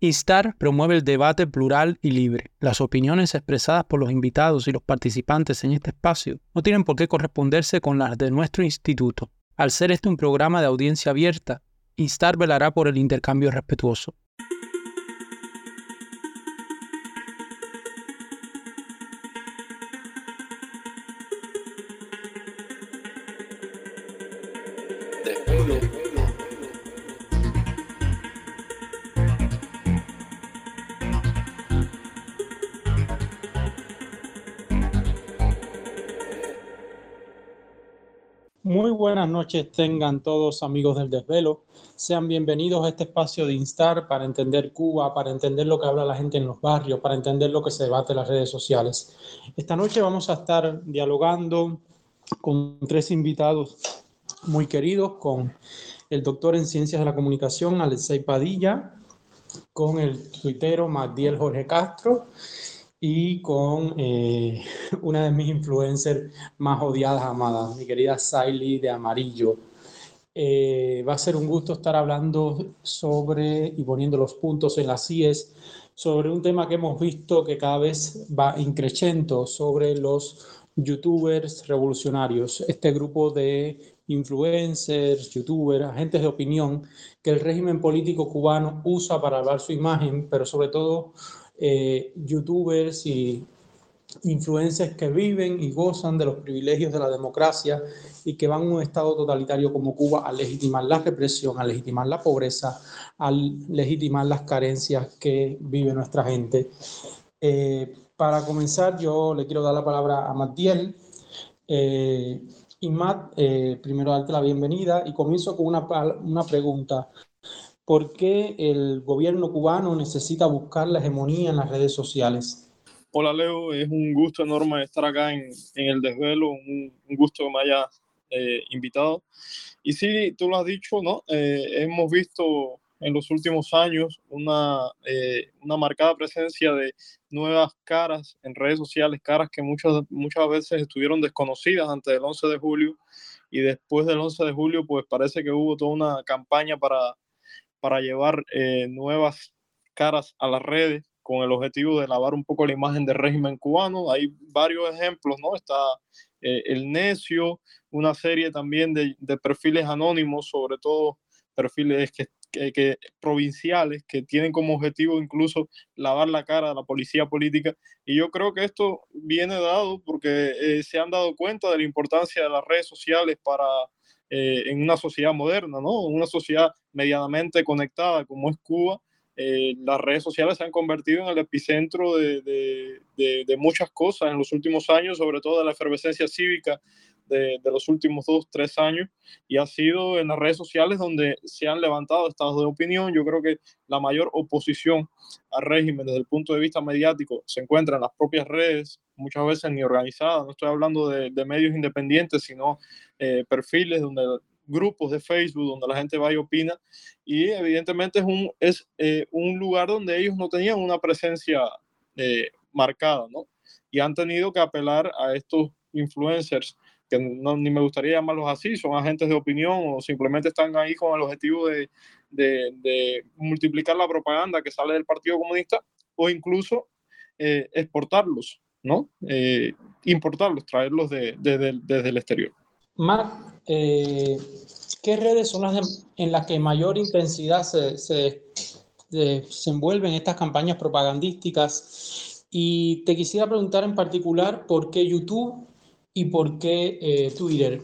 Instar promueve el debate plural y libre. Las opiniones expresadas por los invitados y los participantes en este espacio no tienen por qué corresponderse con las de nuestro instituto. Al ser este un programa de audiencia abierta, Instar velará por el intercambio respetuoso. Muy buenas noches tengan todos amigos del Desvelo. Sean bienvenidos a este espacio de Instar para entender Cuba, para entender lo que habla la gente en los barrios, para entender lo que se debate en las redes sociales. Esta noche vamos a estar dialogando con tres invitados muy queridos, con el doctor en Ciencias de la Comunicación, Alexei Padilla, con el tuitero Magdiel Jorge Castro y con una de mis influencers más odiadas, amadas, mi querida Saily de Amarillo. Va a ser un gusto estar hablando sobre y poniendo los puntos en las IES sobre un tema que hemos visto que cada vez va increciendo, sobre los youtubers revolucionarios, este grupo de influencers, youtubers, agentes de opinión que el régimen político cubano usa para lavar su imagen, pero sobre todo youtubers y influencers que viven y gozan de los privilegios de la democracia y que van a un estado totalitario como Cuba a legitimar la represión, a legitimar la pobreza, a legitimar las carencias que vive nuestra gente. Para comenzar, yo le quiero dar la palabra a Magdiel. Y Matt, primero darte la bienvenida y comienzo con una pregunta. ¿Por qué el gobierno cubano necesita buscar la hegemonía en las redes sociales? Hola Leo, es un gusto enorme estar acá en el Desvelo, un gusto que me hayas invitado. Y sí, tú lo has dicho, ¿no? Hemos visto en los últimos años una marcada presencia de nuevas caras en redes sociales, caras que muchas veces estuvieron desconocidas antes del 11 de julio y después del 11 de julio pues parece que hubo toda una campaña para llevar nuevas caras a las redes con el objetivo de lavar un poco la imagen del régimen cubano. Hay varios ejemplos, ¿no? Está El Necio, una serie también de perfiles anónimos, sobre todo perfiles que provinciales, que tienen como objetivo incluso lavar la cara de la policía política. Y yo creo que esto viene dado porque se han dado cuenta de la importancia de las redes sociales en una sociedad moderna, ¿no? Una sociedad medianamente conectada como es Cuba. Las redes sociales se han convertido en el epicentro de muchas cosas en los últimos años, sobre todo de la efervescencia cívica de los últimos 2-3 años, y ha sido en las redes sociales donde se han levantado estados de opinión. Yo creo que la mayor oposición al régimen desde el punto de vista mediático se encuentra en las propias redes, muchas veces ni organizadas. No estoy hablando de medios independientes, sino perfiles grupos de Facebook donde la gente va y opina, y evidentemente es un lugar donde ellos no tenían una presencia marcada, ¿no? Y han tenido que apelar a estos influencers, que ni me gustaría llamarlos así, son agentes de opinión o simplemente están ahí con el objetivo de multiplicar la propaganda que sale del Partido Comunista, o incluso exportarlos, ¿no? Importarlos, traerlos desde el exterior. Marc, ¿qué redes son las en las que mayor intensidad se desenvuelven estas campañas propagandísticas? Y te quisiera preguntar en particular por qué YouTube y por qué Twitter.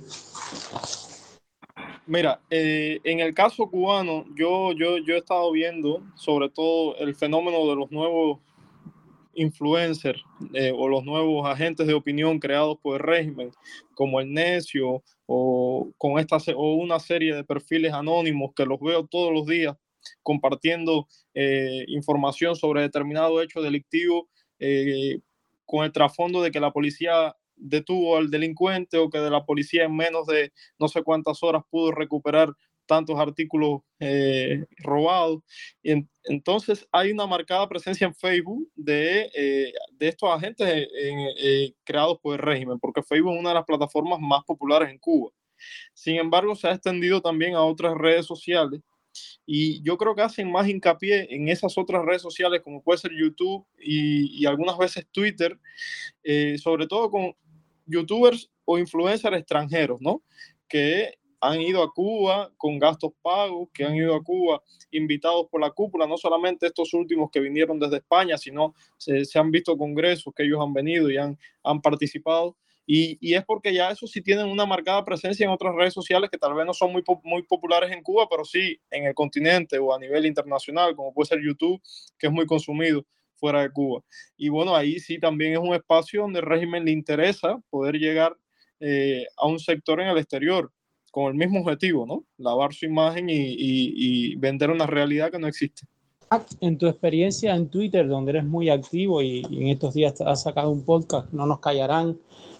Mira, en el caso cubano, yo he estado viendo sobre todo el fenómeno de los nuevos influencers o los nuevos agentes de opinión creados por el régimen, como El Necio o una serie de perfiles anónimos que los veo todos los días compartiendo información sobre determinado hecho delictivo, con el trasfondo de que la policía detuvo al delincuente o que de la policía en menos de no sé cuántas horas pudo recuperar tantos artículos robados. Entonces hay una marcada presencia en Facebook de estos agentes creados por el régimen, porque Facebook es una de las plataformas más populares en Cuba. Sin embargo, se ha extendido también a otras redes sociales y yo creo que hacen más hincapié en esas otras redes sociales como puede ser YouTube y algunas veces Twitter, sobre todo con youtubers o influencers extranjeros, ¿no? Que han ido a Cuba con gastos pagos, que han ido a Cuba invitados por la cúpula, no solamente estos últimos que vinieron desde España, sino se han visto congresos que ellos han venido y han participado. Y es porque ya eso sí tienen una marcada presencia en otras redes sociales que tal vez no son muy populares en Cuba, pero sí en el continente o a nivel internacional, como puede ser YouTube, que es muy consumido fuera de Cuba. Y bueno, ahí sí también es un espacio donde el régimen le interesa poder llegar a un sector en el exterior con el mismo objetivo, ¿no? Lavar su imagen y vender una realidad que no existe. En tu experiencia en Twitter, donde eres muy activo y en estos días has sacado un podcast, No nos callarán,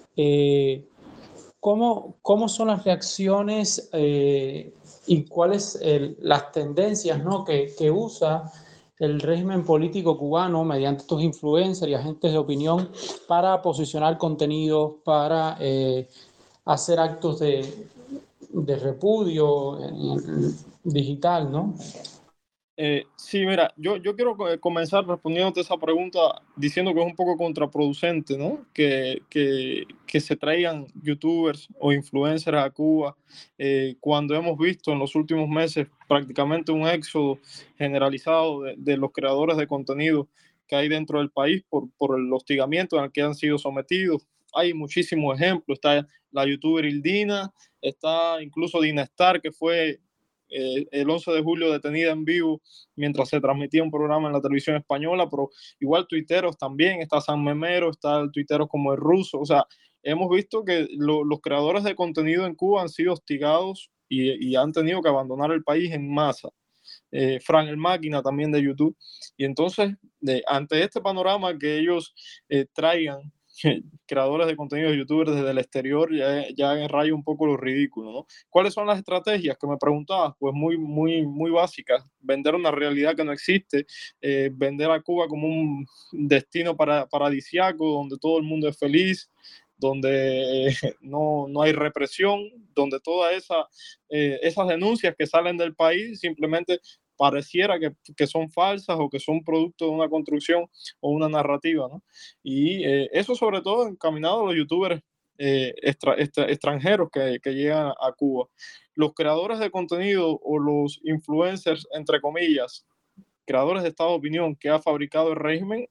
¿cómo son las reacciones y cuáles las tendencias, ¿no? que usa el régimen político cubano mediante estos influencers y agentes de opinión para posicionar contenido, para hacer actos de repudio digital, ¿no? Sí, mira, yo quiero comenzar respondiéndote esa pregunta diciendo que es un poco contraproducente, ¿no? Que se traigan youtubers o influencers a Cuba cuando hemos visto en los últimos meses prácticamente un éxodo generalizado de los creadores de contenido que hay dentro del país por el hostigamiento al que han sido sometidos. Hay muchísimos ejemplos. Está la youtuber Ildina, está incluso Dinestar, que fue el 11 de julio detenida en vivo mientras se transmitía un programa en la televisión española, pero igual tuiteros también, está San Memero, está el tuitero como el ruso, o sea, hemos visto que los creadores de contenido en Cuba han sido hostigados y han tenido que abandonar el país en masa. Frank el Máquina también de YouTube, y entonces ante este panorama que ellos traigan creadores de contenido de youtubers desde el exterior, ya raya un poco lo ridículo, ¿no? ¿Cuáles son las estrategias que me preguntabas? Pues muy básicas. Vender una realidad que no existe, vender a Cuba como un destino paradisiaco donde todo el mundo es feliz, donde no hay represión, donde todas esas denuncias que salen del país simplemente pareciera que son falsas o que son producto de una construcción o una narrativa, ¿no? Y eso sobre todo encaminado a los youtubers extranjeros que llegan a Cuba. Los creadores de contenido o los influencers, entre comillas, creadores de estado de opinión que ha fabricado el régimen,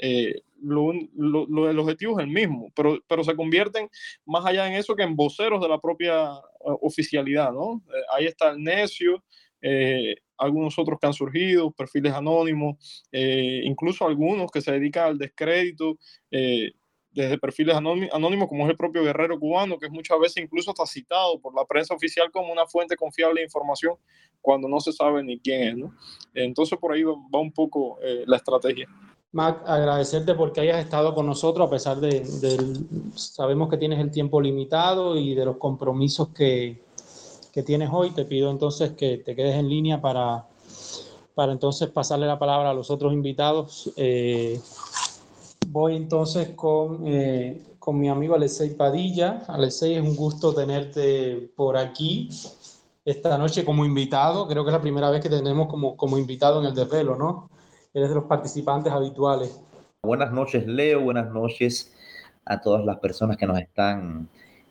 el objetivo es el mismo, pero se convierten más allá en eso que en voceros de la propia oficialidad, ¿no? Ahí está el Necio, algunos otros que han surgido, perfiles anónimos, incluso algunos que se dedican al descrédito, desde perfiles anónimos como es el propio Guerrero Cubano, que es muchas veces incluso está citado por la prensa oficial como una fuente confiable de información cuando no se sabe ni quién es, ¿no? Entonces por ahí va un poco la estrategia. Mac, agradecerte porque hayas estado con nosotros a pesar sabemos que tienes el tiempo limitado y de los compromisos que tienes hoy. Te pido entonces que te quedes en línea para entonces pasarle la palabra a los otros invitados. Voy entonces con mi amigo Alexei Padilla. Alexei, es un gusto tenerte por aquí esta noche como invitado. Creo que es la primera vez que tenemos como invitado en el Desvelo, ¿no? Eres de los participantes habituales. Buenas noches, Leo. Buenas noches a todas las personas que nos están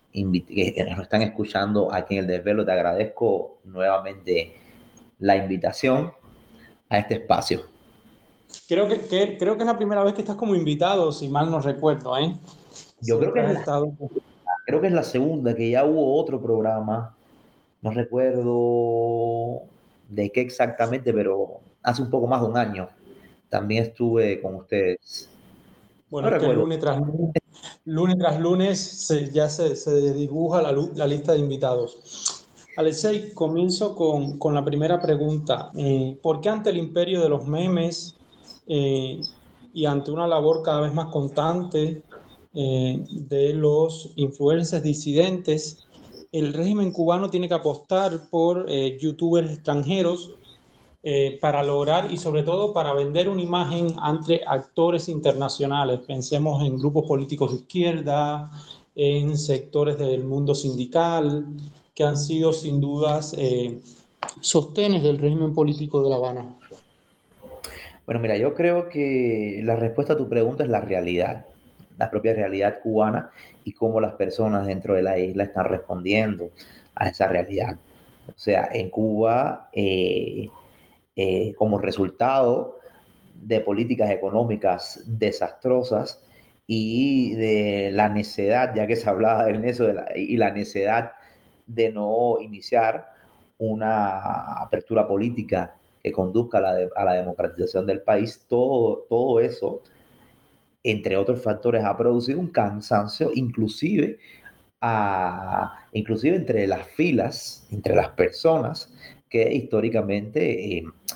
escuchando aquí en el Desvelo. Te agradezco nuevamente la invitación a este espacio. Creo que es la primera vez que estás como invitado, si mal no recuerdo, ¿eh? Yo creo que es la segunda, que ya hubo otro programa, no recuerdo de qué exactamente, pero hace un poco más de un año también estuve con ustedes. Bueno, no es que lunes tras lunes ya se dibuja la lista de invitados. Alexei, comienzo con la primera pregunta. ¿Por qué ante el imperio de los memes y ante una labor cada vez más constante de los influencers disidentes, el régimen cubano tiene que apostar por youtubers extranjeros para lograr y sobre todo para vender una imagen ante actores internacionales? Pensemos en grupos políticos de izquierda, en sectores del mundo sindical, que han sido sin dudas sostenes del régimen político de La Habana? Bueno, mira, yo creo que la respuesta a tu pregunta es la realidad, la propia realidad cubana y cómo las personas dentro de la isla están respondiendo a esa realidad. O sea, en Cuba, como resultado de políticas económicas desastrosas y de la necedad, ya que se hablaba del eso, y la necedad de no iniciar una apertura política que conduzca a la democratización del país, todo eso, entre otros factores, ha producido un cansancio, inclusive entre las filas, entre las personas que históricamente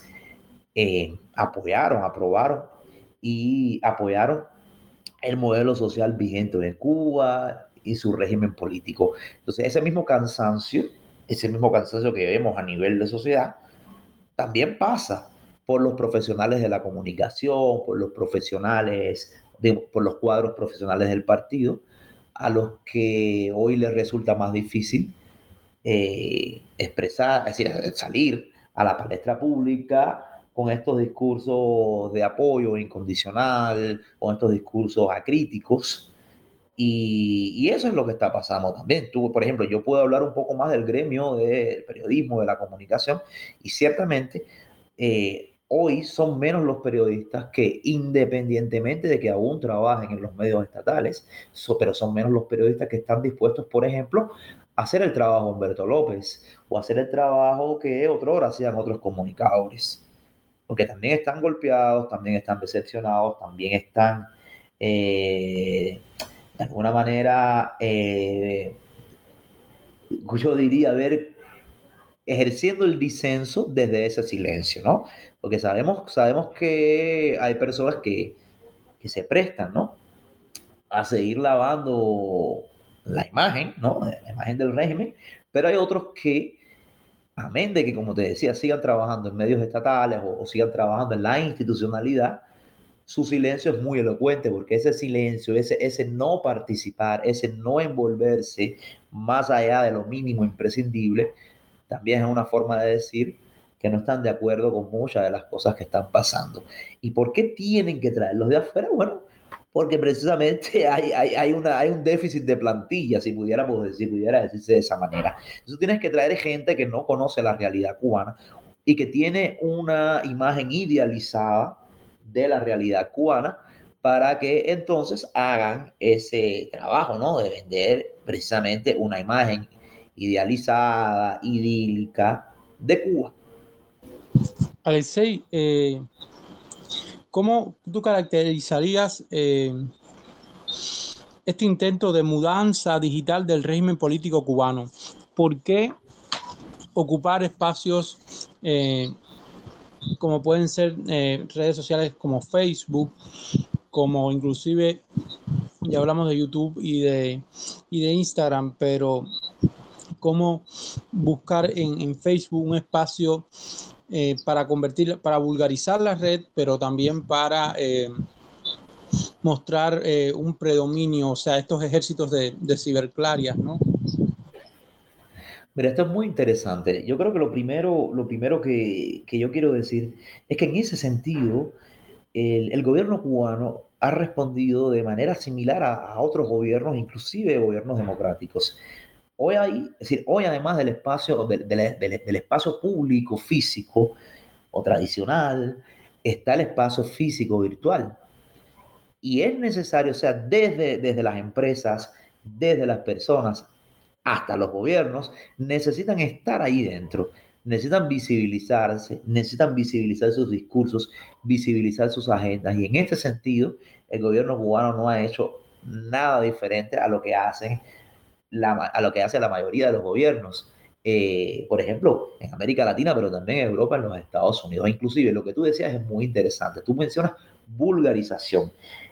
aprobaron y apoyaron el modelo social vigente en Cuba y su régimen político. Entonces, ese mismo cansancio que vemos a nivel de sociedad, también pasa por los profesionales de la comunicación, por los profesionales, por los cuadros profesionales del partido, a los que hoy les resulta más difícil expresar, es decir, salir a la palestra pública con estos discursos de apoyo incondicional, con estos discursos acríticos. Y eso es lo que está pasando también. Tú, por ejemplo, yo puedo hablar un poco más del gremio del periodismo, de la comunicación, y ciertamente hoy son menos los periodistas que, independientemente de que aún trabajen en los medios estatales, pero son menos los periodistas que están dispuestos, por ejemplo, a hacer el trabajo de Humberto López o hacer el trabajo que otrora hacían otros comunicadores, porque también están golpeados, también están decepcionados, también están de alguna manera, yo diría, ejerciendo el disenso desde ese silencio, ¿no? Porque sabemos que hay personas que se prestan, ¿no? A seguir lavando la imagen, ¿no? La imagen del régimen, pero hay otros que, amén de que, como te decía, sigan trabajando en medios estatales o sigan trabajando en la institucionalidad, su silencio es muy elocuente, porque ese silencio, ese no participar, ese no envolverse más allá de lo mínimo imprescindible, también es una forma de decir que no están de acuerdo con muchas de las cosas que están pasando. ¿Y por qué tienen que traerlos de afuera? Bueno, porque precisamente hay un déficit de plantilla, si pudiera decirse de esa manera. Entonces tienes que traer gente que no conoce la realidad cubana y que tiene una imagen idealizada de la realidad cubana para que entonces hagan ese trabajo, ¿no? De vender precisamente una imagen idealizada, idílica de Cuba. Alexei, ¿cómo tú caracterizarías este intento de mudanza digital del régimen político cubano? ¿Por qué ocupar espacios como pueden ser redes sociales como Facebook, como inclusive ya hablamos de YouTube y de Instagram, pero cómo buscar en Facebook un espacio para vulgarizar la red, pero también para mostrar un predominio, o sea, estos ejércitos de ciberclarias, ¿no? Mira, esto es muy interesante. Yo creo que lo primero que yo quiero decir es que en ese sentido, el gobierno cubano ha respondido de manera similar a otros gobiernos, inclusive gobiernos democráticos. Hoy además del espacio, del espacio público físico o tradicional, está el espacio físico virtual. Y es necesario, o sea, desde las empresas, desde las personas, hasta los gobiernos, necesitan estar ahí dentro, necesitan visibilizar sus discursos, visibilizar sus agendas. Y en este sentido, el gobierno cubano no ha hecho nada diferente a lo que a lo que hace la mayoría de los gobiernos. Por ejemplo, en América Latina, pero también en Europa, en los Estados Unidos. Inclusive, lo que tú decías es muy interesante. Tú mencionas vulgarización.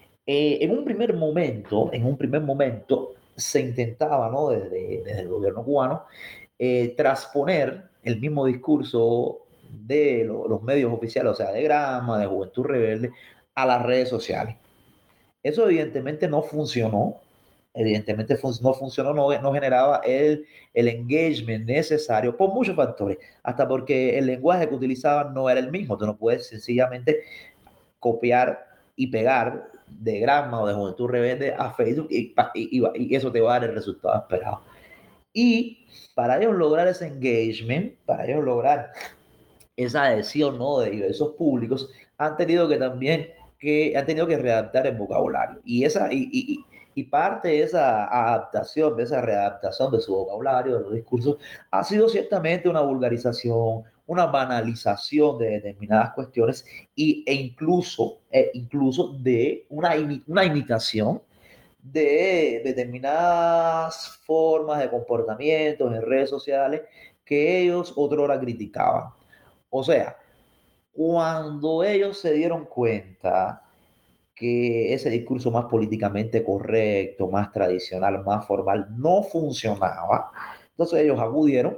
En un primer momento se intentaba, ¿no? Desde el gobierno cubano, transponer el mismo discurso de los medios oficiales, o sea, de Grama, de Juventud Rebelde, a las redes sociales. Eso evidentemente no funcionó evidentemente no funcionó, no generaba el engagement necesario por muchos factores, hasta porque el lenguaje que utilizaban no era el mismo. Tú no puedes sencillamente copiar y pegar de Gramma o de Juventud Rebelde a Facebook y eso te va a dar el resultado esperado. Y para ellos lograr ese engagement, para ellos lograr esa adhesión, ¿no?, de diversos públicos, han tenido que readaptar el vocabulario. Y parte de esa adaptación, de esa readaptación de su vocabulario, de los discursos, ha sido ciertamente una vulgarización, una banalización de determinadas cuestiones e incluso de una imitación de determinadas formas de comportamientos en redes sociales que ellos otrora criticaban. O sea, cuando ellos se dieron cuenta que ese discurso más políticamente correcto, más tradicional, más formal, no funcionaba, entonces ellos acudieron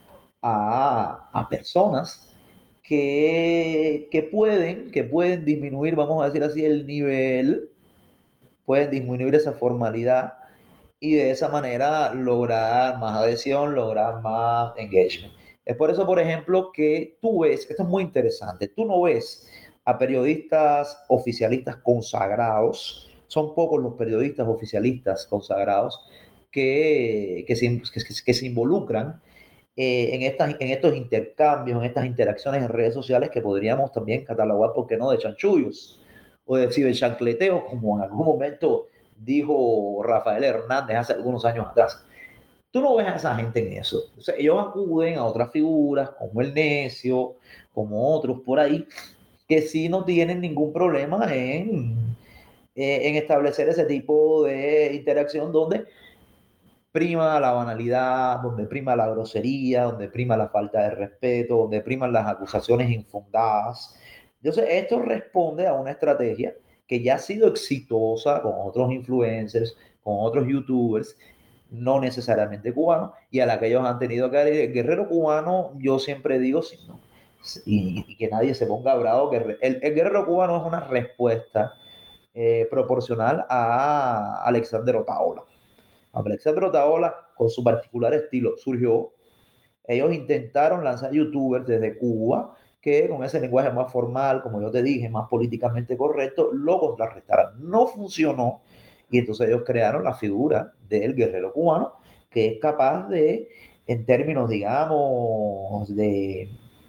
a personas que pueden disminuir, vamos a decir así, el nivel, pueden disminuir esa formalidad y de esa manera lograr más adhesión, lograr más engagement. Es por eso, por ejemplo, que tú ves, esto es muy interesante, tú no ves a periodistas oficialistas consagrados, son pocos los periodistas oficialistas consagrados que se involucran en estos intercambios, en estas interacciones en redes sociales que podríamos también catalogar, ¿por qué no?, de chanchullos o de ciberchancleteo, como en algún momento dijo Rafael Hernández hace algunos años atrás. Tú no ves a esa gente en eso. O sea, ellos acuden a otras figuras como el Necio, como otros por ahí, que sí no tienen ningún problema en establecer ese tipo de interacción donde prima la banalidad, donde prima la grosería, donde prima la falta de respeto, donde priman las acusaciones infundadas. Entonces, esto responde a una estrategia que ya ha sido exitosa con otros influencers, con otros youtubers, no necesariamente cubanos, y a la que ellos han tenido que dar. El guerrero cubano, yo siempre digo, sí, no, y que nadie se ponga bravo, que el guerrero cubano es una respuesta proporcional a Alexander Otaola. Alexander Otaola, con su particular estilo, surgió. Ellos intentaron lanzar youtubers desde Cuba que con ese lenguaje más formal, como yo te dije, más políticamente correcto, lo contrarrestaran. No funcionó y entonces ellos crearon la figura del guerrero cubano, que es capaz de, en términos, digamos, de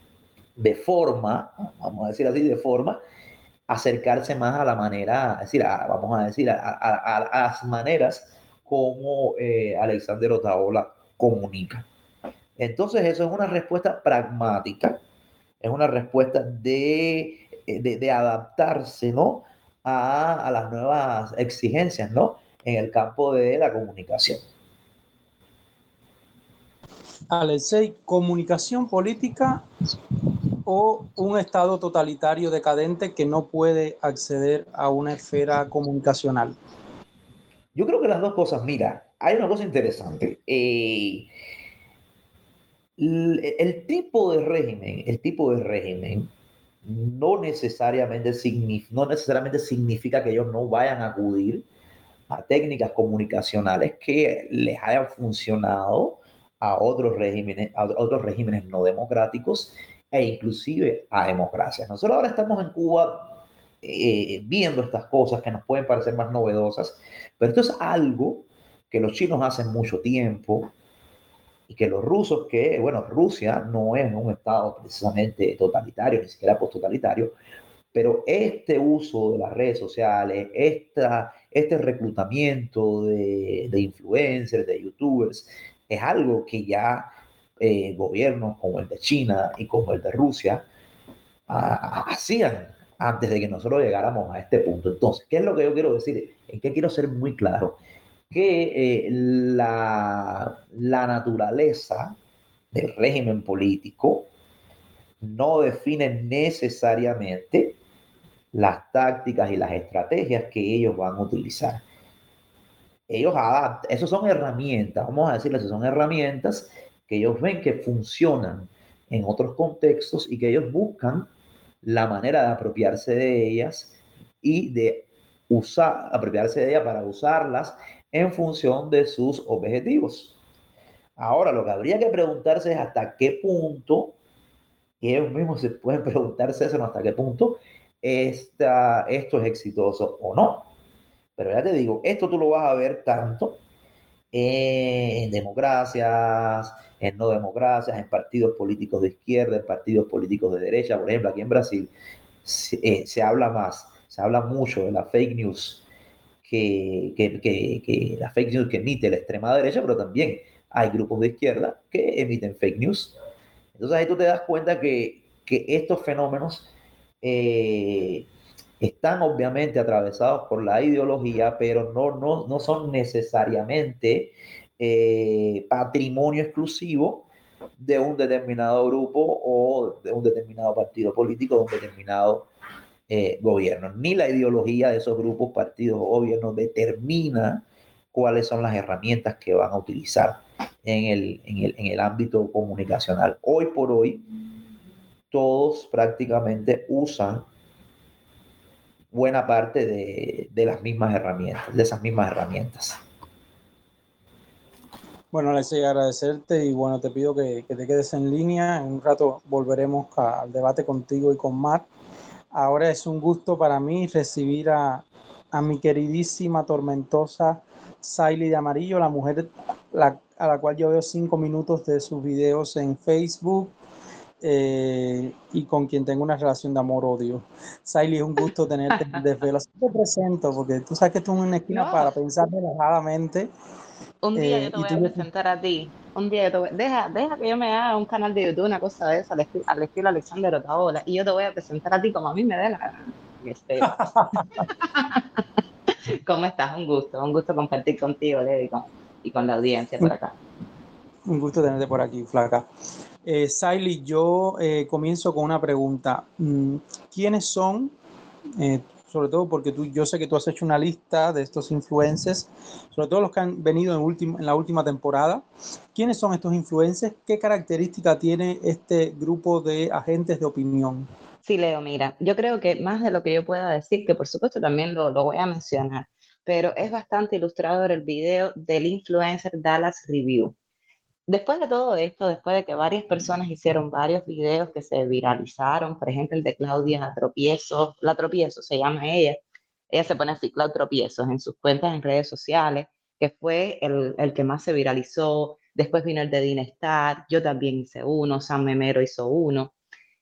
forma, vamos a decir así, de forma, acercarse más a la manera, es decir, vamos a decir, a las maneras como Alexander Otaola comunica. Entonces, eso es una respuesta pragmática, es una respuesta de adaptarse, ¿no?, a las nuevas exigencias, ¿no?, en el campo de la comunicación. Alexei, ¿comunicación política o un estado totalitario decadente que no puede acceder a una esfera comunicacional? Yo creo que las dos cosas. Mira, hay una cosa interesante. El tipo de régimen no necesariamente significa que ellos no vayan a acudir a técnicas comunicacionales que les hayan funcionado a otros regímenes no democráticos e inclusive a democracias. Nosotros ahora estamos en Cuba viendo estas cosas que nos pueden parecer más novedosas, pero esto es algo que los chinos hacen mucho tiempo y que los rusos, Rusia no es un estado precisamente totalitario, ni siquiera posttotalitario, pero este uso de las redes sociales, este reclutamiento de influencers, de youtubers, es algo que ya gobiernos como el de China y como el de Rusia hacían antes de que nosotros llegáramos a este punto. Entonces, ¿qué es lo que yo quiero decir? ¿En qué quiero ser muy claro? Que la naturaleza del régimen político no define necesariamente las tácticas y las estrategias que ellos van a utilizar. Ellos adaptan, esas son herramientas, vamos a decirles, son herramientas que ellos ven que funcionan en otros contextos y que ellos buscan la manera de apropiarse de ellas y de apropiarse de ellas para usarlas en función de sus objetivos. Ahora, lo que habría que preguntarse es hasta qué punto, y ellos mismos se pueden preguntarse eso, hasta qué punto esto es exitoso o no. Pero ya te digo, esto tú lo vas a ver tanto en democracias, en no democracias, en partidos políticos de izquierda, en partidos políticos de derecha. Por ejemplo, aquí en Brasil se habla mucho de la fake news que la fake news que emite la extrema derecha, pero también hay grupos de izquierda que emiten fake news. Entonces ahí tú te das cuenta que estos fenómenos están obviamente atravesados por la ideología, pero no son necesariamente patrimonio exclusivo de un determinado grupo o de un determinado partido político, de un determinado gobierno. Ni la ideología de esos grupos, partidos o gobiernos determina cuáles son las herramientas que van a utilizar en el ámbito comunicacional. Hoy por hoy, todos prácticamente usan buena parte de las mismas herramientas, de esas mismas herramientas. Bueno, Alexei, agradecerte y bueno, te pido que te quedes en línea. En un rato volveremos al debate contigo y con Marc. Ahora es un gusto para mí recibir a mi queridísima, tormentosa Saily de Amarillo, la mujer a la cual yo veo 5 minutos de sus videos en Facebook y con quien tengo una relación de amor-odio. Saily, es un gusto tenerte en Desvelo. Así te presento, porque tú sabes que esto es una esquina para pensar relajadamente. Un día yo te voy a presentar a ti. Un día yo te voy... Deja que yo me haga un canal de YouTube, una cosa de esa, al estilo Alexander Otaola, y yo te voy a presentar a ti como a mí me dé la gana. ¿Cómo estás? Un gusto compartir contigo, Levi, y con la audiencia por acá. Un gusto tenerte por aquí, flaca. Saily, yo comienzo con una pregunta. ¿Quiénes son, sobre todo porque yo sé que tú has hecho una lista de estos influencers, sobre todo los que han venido en la última temporada? ¿Quiénes son estos influencers? ¿Qué característica tiene este grupo de agentes de opinión? Sí, Leo, mira, yo creo que más de lo que yo pueda decir, que por supuesto también lo voy a mencionar, pero es bastante ilustrador el video del influencer Dallas Review. Después de todo esto, después de que varias personas hicieron varios videos que se viralizaron, por ejemplo el de Claudia Tropiezo, la Tropiezo se llama ella se pone así, Claudia Tropiezos, en sus cuentas en redes sociales, que fue el que más se viralizó. Después vino el de Dinestar, yo también hice uno, San Memero hizo uno.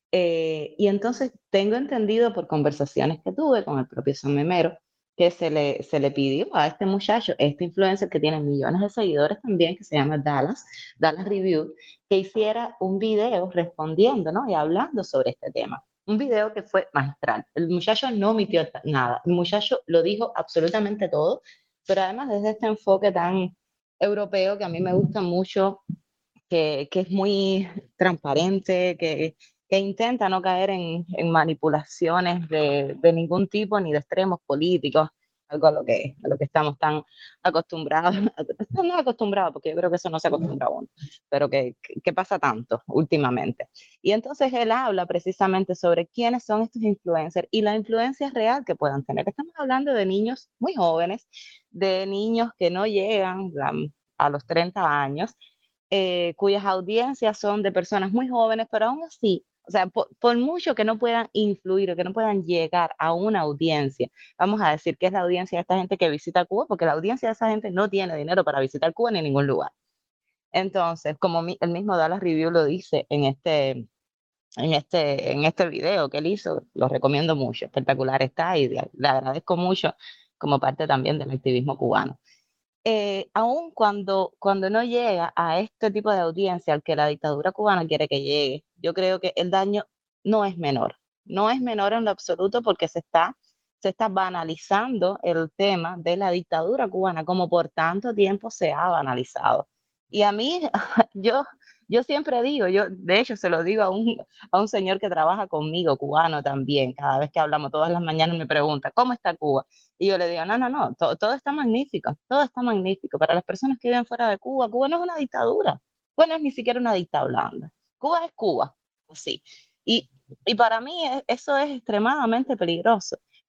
Y entonces tengo entendido por conversaciones que tuve con el propio San Memero que se le pidió a este muchacho, este influencer que tiene millones de seguidores también, que se llama Dallas Review, que hiciera un video respondiendo, ¿no? Y hablando sobre este tema. Un video que fue magistral. El muchacho no omitió nada. El muchacho lo dijo absolutamente todo, pero además desde este enfoque tan europeo que a mí me gusta mucho, que es muy transparente, que intenta no caer en manipulaciones de ningún tipo, ni de extremos políticos, algo a lo que estamos tan acostumbrados, no acostumbrados, porque yo creo que eso no se acostumbra a uno, pero que pasa tanto últimamente. Y entonces él habla precisamente sobre quiénes son estos influencers y la influencia real que puedan tener. Estamos hablando de niños muy jóvenes, de niños que no llegan a los 30 años, cuyas audiencias son de personas muy jóvenes, pero aún así, o sea, por mucho que no puedan influir o que no puedan llegar a una audiencia, vamos a decir que es la audiencia de esta gente que visita Cuba, porque la audiencia de esa gente no tiene dinero para visitar Cuba ni ningún lugar. Entonces, como el mismo Dallas Review lo dice en este video que él hizo, lo recomiendo mucho, espectacular está, y le agradezco mucho como parte también del activismo cubano. Aun cuando no llega a este tipo de audiencia al que la dictadura cubana quiere que llegue, yo creo que el daño no es menor, no es menor en lo absoluto, porque se está banalizando el tema de la dictadura cubana, como por tanto tiempo se ha banalizado. Y a mí, yo siempre digo, yo de hecho se lo digo a un señor que trabaja conmigo, cubano también, cada vez que hablamos todas las mañanas me pregunta, ¿cómo está Cuba? Y yo le digo, no, todo está magnífico, todo está magnífico. Para las personas que viven fuera de Cuba, Cuba no es una dictadura, Cuba no es ni siquiera una dictadura blanda, Cuba es Cuba, sí. Y para mí eso es extremadamente peligroso,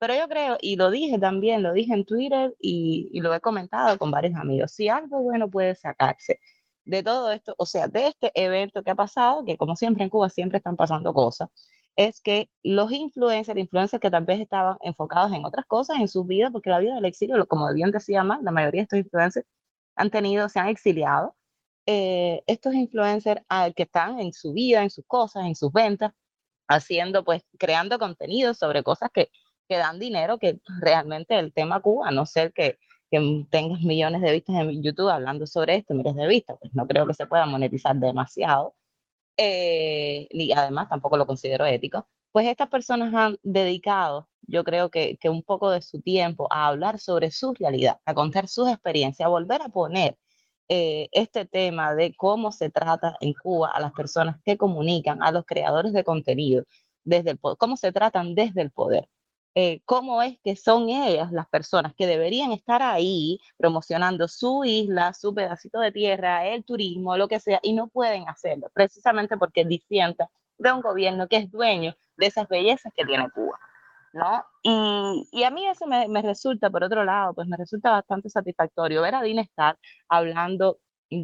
Pero yo creo, y lo dije también, lo dije en Twitter y lo he comentado con varios amigos, si algo bueno puede sacarse de todo esto, o sea, de este evento que ha pasado, que como siempre en Cuba siempre están pasando cosas, es que los influencers que tal vez estaban enfocados en otras cosas en sus vidas, porque la vida del exilio, como bien decía más, la mayoría de estos influencers se han exiliado. Estos influencers que están en su vida, en sus cosas, en sus ventas, haciendo, pues, creando contenido sobre cosas que dan dinero, que realmente el tema Cuba, a no ser que tengas millones de vistas en YouTube hablando sobre esto, miles de vistas, pues no creo que se pueda monetizar demasiado, y además tampoco lo considero ético, pues estas personas han dedicado, yo creo que un poco de su tiempo a hablar sobre su realidad, a contar sus experiencias, a volver a poner este tema de cómo se trata en Cuba a las personas que comunican, a los creadores de contenido, cómo se tratan desde el poder. Cómo es que son ellas las personas que deberían estar ahí promocionando su isla, su pedacito de tierra, el turismo, lo que sea, y no pueden hacerlo, precisamente porque disientan de un gobierno que es dueño de esas bellezas que tiene Cuba, ¿no? Y a mí eso me resulta, por otro lado, pues me resulta bastante satisfactorio ver a Dina estar hablando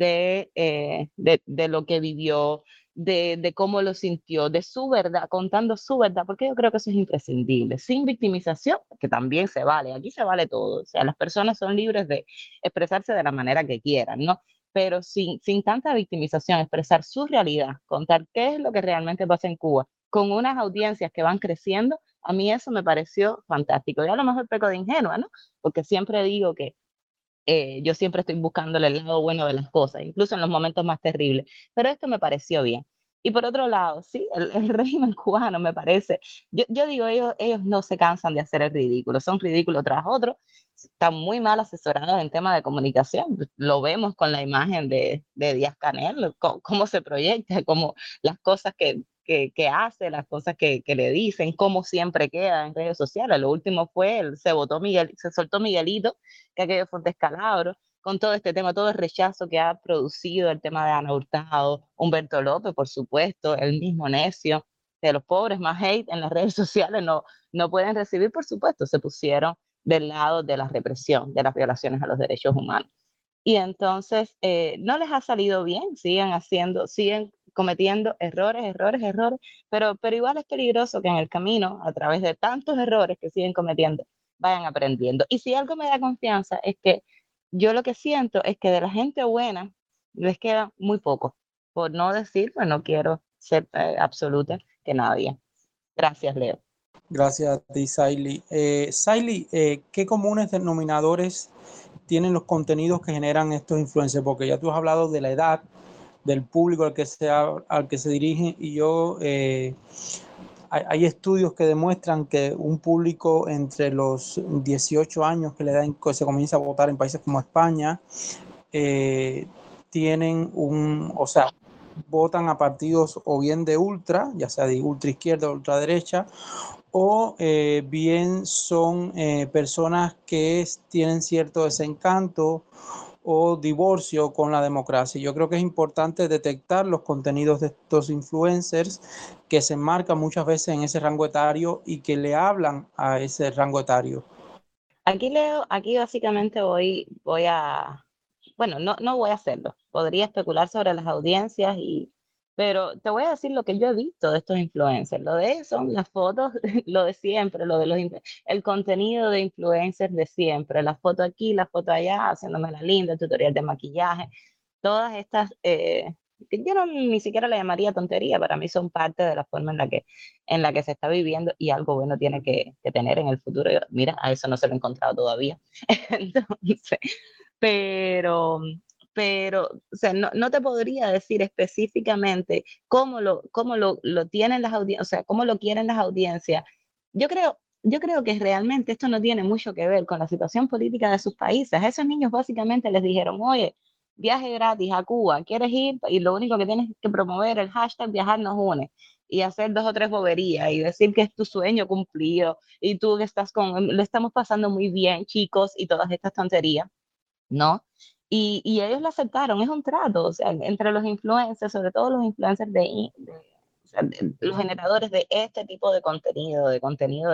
de lo que vivió, de cómo lo sintió, de su verdad, contando su verdad, porque yo creo que eso es imprescindible, sin victimización, que también se vale, aquí se vale todo, o sea, las personas son libres de expresarse de la manera que quieran, ¿no? Pero sin tanta victimización, expresar su realidad, contar qué es lo que realmente pasa en Cuba, con unas audiencias que van creciendo, a mí eso me pareció fantástico. Y a lo mejor peco de ingenua, ¿no? Porque siempre digo que yo siempre estoy buscándole el lado bueno de las cosas, incluso en los momentos más terribles. Pero esto me pareció bien. Y por otro lado, sí, el régimen cubano me parece, yo digo, ellos no se cansan de hacer el ridículo, son ridículos tras otro, están muy mal asesorados en temas de comunicación, lo vemos con la imagen de Díaz-Canel, cómo se proyecta, cómo las cosas que hace, las cosas que le dicen, cómo siempre queda en redes sociales. Lo último fue, se soltó Miguelito, que aquello fue un descalabro, con todo este tema, todo el rechazo que ha producido el tema de Ana Hurtado, Humberto López, por supuesto, el mismo necio, de los pobres más hate en las redes sociales no pueden recibir, por supuesto, se pusieron del lado de la represión, de las violaciones a los derechos humanos. Y entonces no les ha salido bien, siguen cometiendo errores, pero igual es peligroso que en el camino, a través de tantos errores que siguen cometiendo, vayan aprendiendo. Y si algo me da confianza es que yo lo que siento es que de la gente buena les queda muy poco, por no decir, pues no quiero ser absoluta, que nadie. Gracias, Leo. Gracias a ti, Saily. Saily, ¿qué comunes denominadores tienen los contenidos que generan estos influencers? Porque ya tú has hablado de la edad, del público al que se dirigen, y hay estudios que demuestran que un público entre los 18 años que le dan, que se comienza a votar en países como España, votan a partidos o bien de ultra, ya sea de ultra izquierda o ultra derecha, o bien son personas que tienen cierto desencanto o divorcio con la democracia. Yo creo que es importante detectar los contenidos de estos influencers que se enmarcan muchas veces en ese rango etario y que le hablan a ese rango etario. Aquí, Leo, aquí básicamente bueno, no voy a hacerlo. Podría especular sobre las audiencias, pero te voy a decir lo que yo he visto de estos influencers. Lo de ellos son las fotos, lo de siempre, el contenido de influencers de siempre. La foto aquí, la foto allá, haciéndome la linda, el tutorial de maquillaje. Todas estas, que yo ni siquiera le llamaría tontería, para mí son parte de la forma en la que se está viviendo y algo bueno tiene que tener en el futuro. Mira, a eso no se lo he encontrado todavía. Entonces, pero, pero, o sea, no te podría decir específicamente cómo lo tienen las audiencias, o sea, cómo lo quieren las audiencias. Yo creo que realmente esto no tiene mucho que ver con la situación política de sus países. A esos niños básicamente les dijeron, oye, viaje gratis a Cuba, ¿quieres ir? Y lo único que tienes que promover el hashtag viajar nos une y hacer 2 o 3 boberías y decir que es tu sueño cumplido y tú que lo estamos pasando muy bien, chicos, y todas estas tonterías, ¿no? Y ellos lo aceptaron, es un trato, o sea, entre los influencers, sobre todo los influencers o sea, los generadores de este tipo de contenido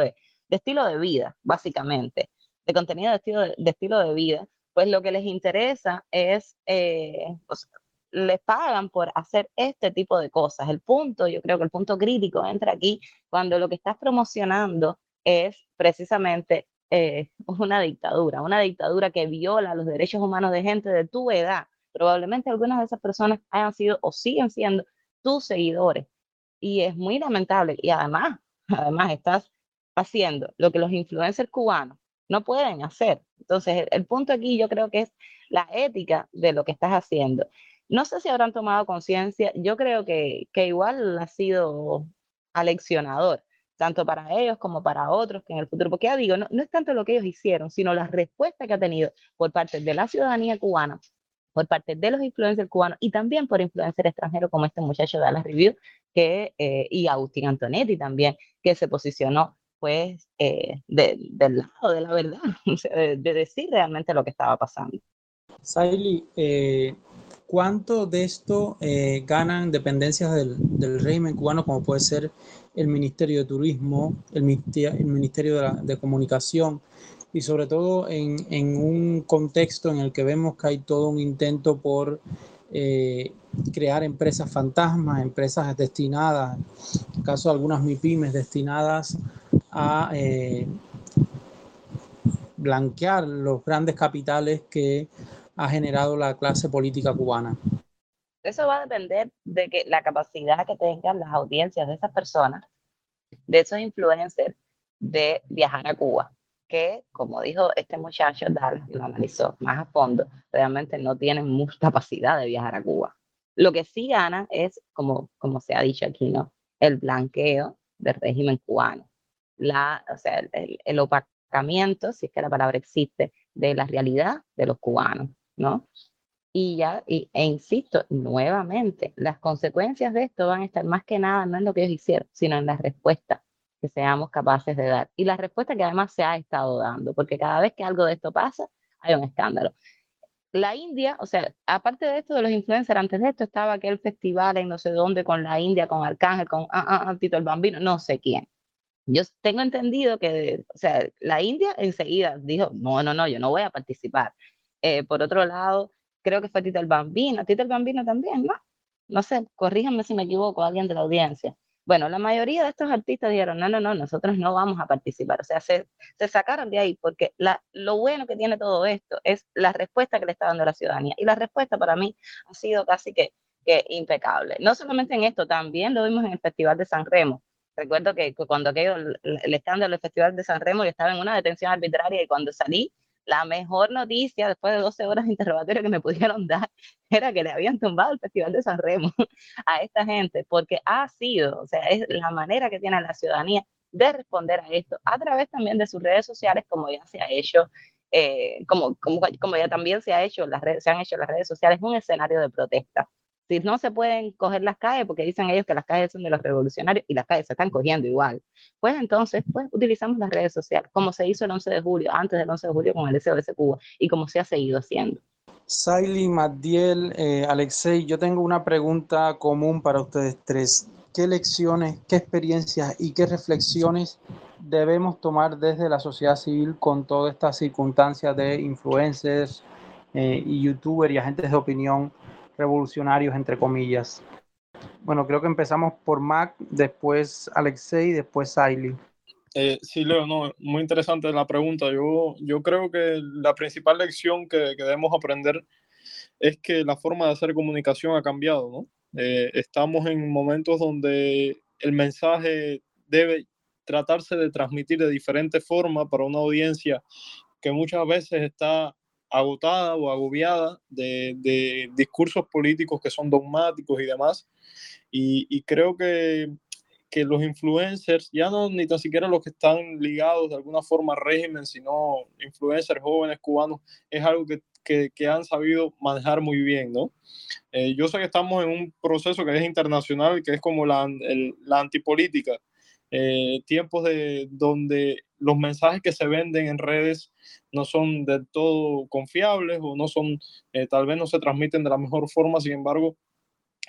estilo de vida, básicamente, de contenido de estilo de vida, pues lo que les interesa es, les pagan por hacer este tipo de cosas. Yo creo que el punto crítico entra aquí cuando lo que estás promocionando es precisamente una dictadura que viola los derechos humanos de gente de tu edad. Probablemente algunas de esas personas hayan sido o siguen siendo tus seguidores. Y es muy lamentable. Y además estás haciendo lo que los influencers cubanos no pueden hacer. Entonces, el punto aquí yo creo que es la ética de lo que estás haciendo. No sé si habrán tomado conciencia, yo creo que igual ha sido aleccionador, tanto para ellos como para otros que en el futuro, porque ya digo, no es tanto lo que ellos hicieron, sino la respuesta que ha tenido por parte de la ciudadanía cubana, por parte de los influencers cubanos y también por influencers extranjeros como este muchacho de Dallas Review y Agustín Antonetti también, que se posicionó pues del lado de la verdad, o sea, de decir realmente lo que estaba pasando. Saily, ¿cuánto de esto ganan dependencias del régimen cubano, como puede ser el Ministerio de Turismo, el Ministerio de Comunicación, y sobre todo en un contexto en el que vemos que hay todo un intento por crear empresas fantasmas, empresas destinadas, en el caso de algunas MIPYMES, destinadas a blanquear los grandes capitales que ha generado la clase política cubana? Eso va a depender de que la capacidad que tengan las audiencias de esas personas, de esos influencers, de viajar a Cuba, que como dijo este muchacho, Dallas, lo analizó más a fondo, realmente no tienen mucha capacidad de viajar a Cuba. Lo que sí ganan es, como se ha dicho aquí, ¿no?, el blanqueo del régimen cubano, o sea, el opacamiento, si es que la palabra existe, de la realidad de los cubanos, ¿no? E insisto, nuevamente, las consecuencias de esto van a estar más que nada, no en lo que ellos hicieron, sino en la respuesta que seamos capaces de dar. Y la respuesta que además se ha estado dando, porque cada vez que algo de esto pasa, hay un escándalo. La India, o sea, aparte de esto de los influencers, antes de esto estaba aquel festival en no sé dónde con la India, con Arcángel, con Tito el Bambino, no sé quién. Yo tengo entendido que, o sea, la India enseguida dijo, no, yo no voy a participar. Por otro lado, creo que fue Tito el Bambino también, ¿no? No sé, corríjanme si me equivoco, alguien de la audiencia. Bueno, la mayoría de estos artistas dijeron, no, nosotros no vamos a participar. O sea, se sacaron de ahí, porque lo bueno que tiene todo esto es la respuesta que le está dando la ciudadanía. Y la respuesta para mí ha sido casi que impecable. No solamente en esto, también lo vimos en el Festival de San Remo. Recuerdo que cuando aquello, el escándalo del Festival de San Remo, yo estaba en una detención arbitraria y cuando salí, la mejor noticia después de 12 horas de interrogatorio que me pudieron dar era que le habían tumbado el Festival de San Remo a esta gente, porque ha sido, o sea, es la manera que tiene la ciudadanía de responder a esto a través también de sus redes sociales, como ya se ha hecho, como ya también se han hecho las redes sociales, un escenario de protesta. Si no se pueden coger las calles, porque dicen ellos que las calles son de los revolucionarios y las calles se están cogiendo igual, pues entonces pues utilizamos las redes sociales, como se hizo el 11 de julio, antes del 11 de julio con el SOS Cuba y como se ha seguido haciendo. Saily, Magdiel, Alexei, yo tengo una pregunta común para ustedes tres. ¿Qué lecciones, qué experiencias y qué reflexiones debemos tomar desde la sociedad civil con todas estas circunstancias de influencers y youtubers y agentes de opinión revolucionarios, entre comillas? Bueno, creo que empezamos por Mac, después Alexei, después Saily. Sí, Leo, no, muy interesante la pregunta. Yo creo que la principal lección que debemos aprender es que la forma de hacer comunicación ha cambiado, ¿no? Estamos en momentos donde el mensaje debe tratarse de transmitir de diferentes formas para una audiencia que muchas veces está agotada o agobiada de discursos políticos que son dogmáticos y demás. Y creo que los influencers, ya no ni tan siquiera los que están ligados de alguna forma al régimen, sino influencers jóvenes cubanos, es algo que han sabido manejar muy bien, ¿no? Yo sé que estamos en un proceso que es internacional, que es como la antipolítica, tiempos donde los mensajes que se venden en redes no son del todo confiables o no son, tal vez no se transmiten de la mejor forma. Sin embargo,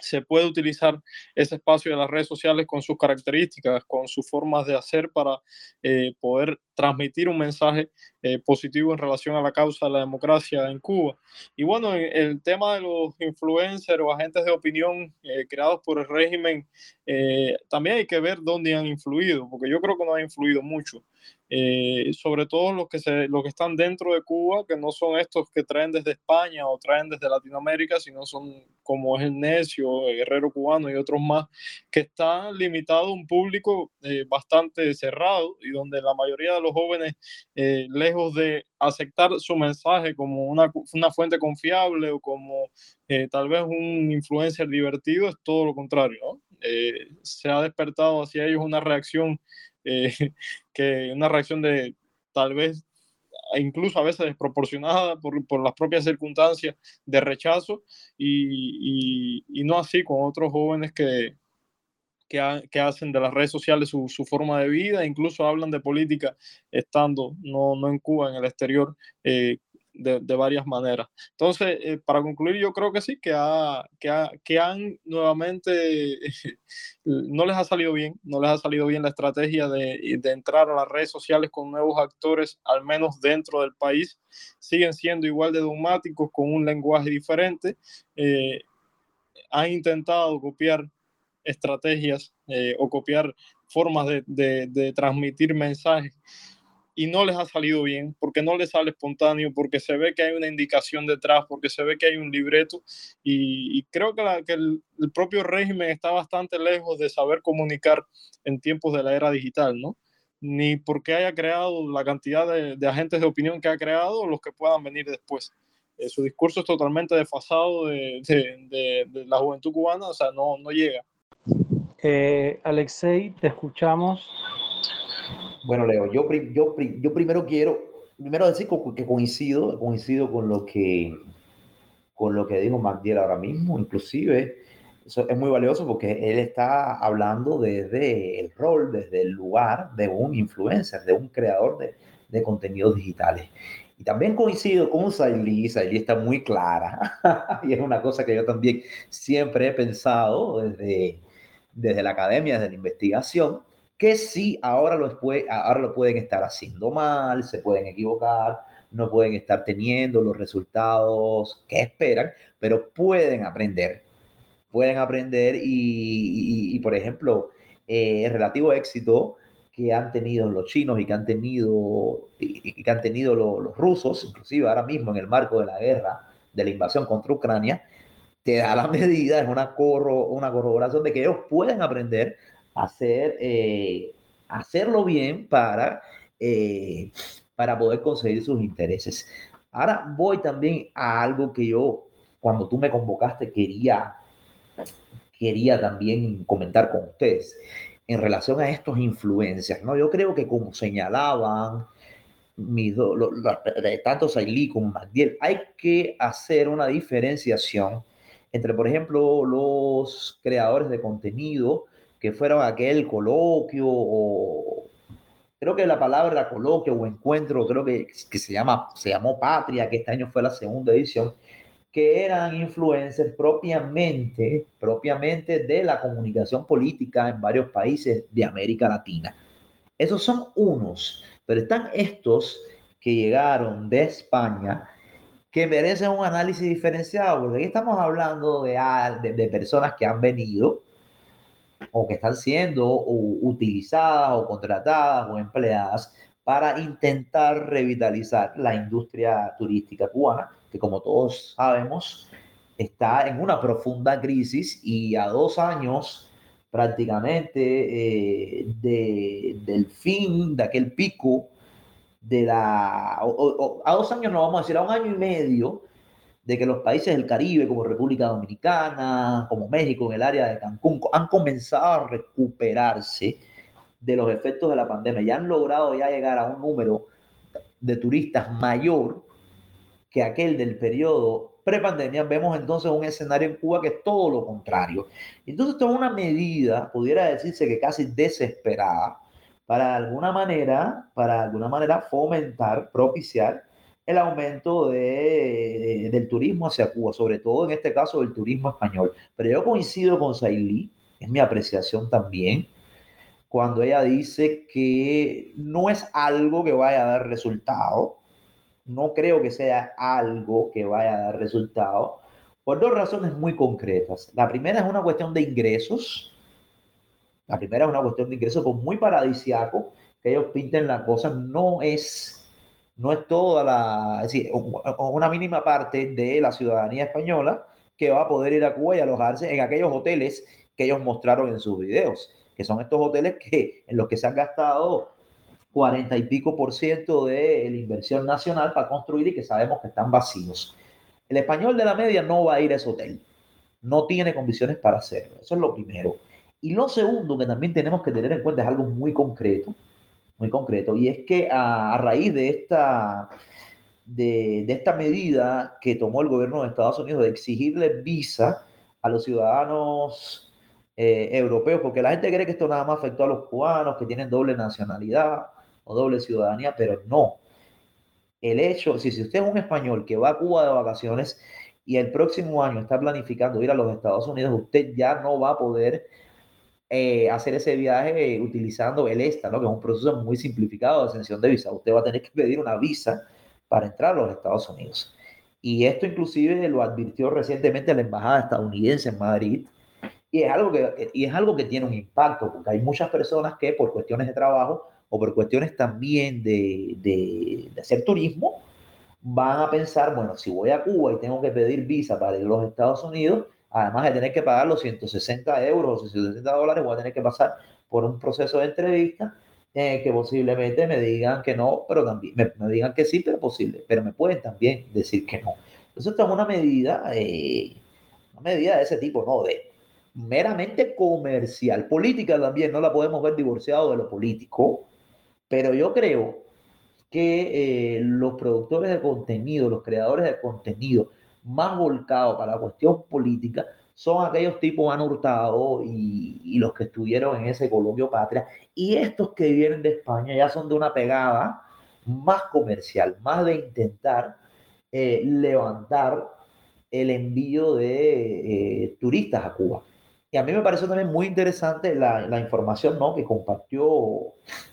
se puede utilizar ese espacio de las redes sociales con sus características, con sus formas de hacer para poder transmitir un mensaje positivo en relación a la causa de la democracia en Cuba. Y bueno, el tema de los influencers o agentes de opinión creados por el régimen, también hay que ver dónde han influido, porque yo creo que no han influido mucho. Sobre todo los que están dentro de Cuba, que no son estos que traen desde España o traen desde Latinoamérica, sino son como es el Necio, el Guerrero Cubano y otros más, que están limitados a un público bastante cerrado y donde la mayoría de los jóvenes, lejos de aceptar su mensaje como una fuente confiable o como tal vez un influencer divertido, es todo lo contrario, ¿no? Se ha despertado hacia ellos una reacción una reacción de tal vez incluso a veces desproporcionada por las propias circunstancias de rechazo y no así con otros jóvenes que hacen de las redes sociales su forma de vida, incluso hablan de política estando no en Cuba, en el exterior, de varias maneras. Entonces, para concluir, yo creo que sí, que han nuevamente, no les ha salido bien la estrategia de entrar a las redes sociales con nuevos actores, al menos dentro del país. Siguen siendo igual de dogmáticos, con un lenguaje diferente. Han intentado copiar estrategias o copiar formas de transmitir mensajes y no les ha salido bien, porque no les sale espontáneo, porque se ve que hay una indicación detrás, porque se ve que hay un libreto y creo que el propio régimen está bastante lejos de saber comunicar en tiempos de la era digital, ¿no? Ni porque haya creado la cantidad de agentes de opinión que ha creado o los que puedan venir después. Su discurso es totalmente desfasado de la juventud cubana, o sea, no llega. Alexei, te escuchamos. Bueno, Leo, yo primero quiero decir que coincido con lo que dijo Magdiel ahora mismo. Inclusive eso es muy valioso porque él está hablando desde el rol, desde el lugar de un influencer, de un creador de contenidos digitales. Y también coincido con Sailí está muy clara y es una cosa que yo también siempre he pensado desde la academia, desde la investigación, que sí, ahora lo pueden estar haciendo mal, se pueden equivocar, no pueden estar teniendo los resultados que esperan, pero pueden aprender y por ejemplo, el relativo éxito que han tenido los chinos y que han tenido los rusos, inclusive ahora mismo en el marco de la guerra, de la invasión contra Ucrania, te da la medida, es una corroboración de que ellos pueden aprender a hacerlo bien para poder conseguir sus intereses. Ahora voy también a algo que yo, cuando tú me convocaste, quería también comentar con ustedes en relación a estos influencers, ¿no? Yo creo que como señalaban tanto Sailí como Magdiel, hay que hacer una diferenciación entre, por ejemplo, los creadores de contenido que fueron aquel coloquio o creo que la palabra coloquio o encuentro, creo que se llamó Patria, que este año fue la segunda edición, que eran influencers propiamente de la comunicación política en varios países de América Latina. Esos son unos, pero están estos que llegaron de España que merecen un análisis diferenciado, porque aquí estamos hablando de personas que han venido o que están siendo utilizadas o contratadas o empleadas para intentar revitalizar la industria turística cubana, que como todos sabemos está en una profunda crisis y a 2 años prácticamente del fin de aquel pico a 2 años no vamos a decir, a 1 año y medio de que los países del Caribe, como República Dominicana, como México, en el área de Cancún, han comenzado a recuperarse de los efectos de la pandemia y han logrado ya llegar a un número de turistas mayor que aquel del periodo prepandemia, vemos entonces un escenario en Cuba que es todo lo contrario. Entonces, esto es una medida, pudiera decirse que casi desesperada, para alguna manera fomentar, propiciar el aumento del turismo hacia Cuba, sobre todo en este caso del turismo español. Pero yo coincido con Sailí, es mi apreciación también, cuando ella dice que no es algo que vaya a dar resultado. No creo que sea algo que vaya a dar resultado por dos razones muy concretas. La primera es una cuestión de ingresos. La primera es una cuestión de ingresos, pues muy paradisiaco que ellos pinten la cosa. No es toda es decir, una mínima parte de la ciudadanía española que va a poder ir a Cuba y alojarse en aquellos hoteles que ellos mostraron en sus videos, que son estos hoteles en los que se han gastado 40 y pico % de la inversión nacional para construir y que sabemos que están vacíos. El español de la media no va a ir a ese hotel, no tiene condiciones para hacerlo, eso es lo primero. Y lo segundo que también tenemos que tener en cuenta es algo muy concreto, y es que a raíz de esta medida que tomó el gobierno de Estados Unidos de exigirle visa a los ciudadanos europeos, porque la gente cree que esto nada más afectó a los cubanos que tienen doble nacionalidad o doble ciudadanía, pero no. El hecho, si usted es un español que va a Cuba de vacaciones y el próximo año está planificando ir a los Estados Unidos, usted ya no va a poder hacer ese viaje utilizando el ESTA, ¿no? Que es un proceso muy simplificado de exención de visa. Usted va a tener que pedir una visa para entrar a los Estados Unidos. Y esto inclusive lo advirtió recientemente la embajada estadounidense en Madrid. Y es algo que tiene un impacto, porque hay muchas personas que por cuestiones de trabajo o por cuestiones también de hacer turismo, van a pensar, bueno, si voy a Cuba y tengo que pedir visa para ir a los Estados Unidos, además de tener que pagar los 160 euros o 160 dólares, voy a tener que pasar por un proceso de entrevista que posiblemente me digan que no, pero también me digan que sí, pero posible, pero me pueden también decir que no. Entonces, esta es una medida de ese tipo, ¿no? De meramente comercial. Política también, no la podemos ver divorciado de lo político, pero yo creo que los productores de contenido, los creadores de contenido más volcados para la cuestión política son aquellos tipos Ana Hurtado y los que estuvieron en ese coloquio Patria. Y estos que vienen de España ya son de una pegada más comercial, más de intentar levantar el envío de turistas a Cuba. Y a mí me pareció también muy interesante la información, ¿no?, que compartió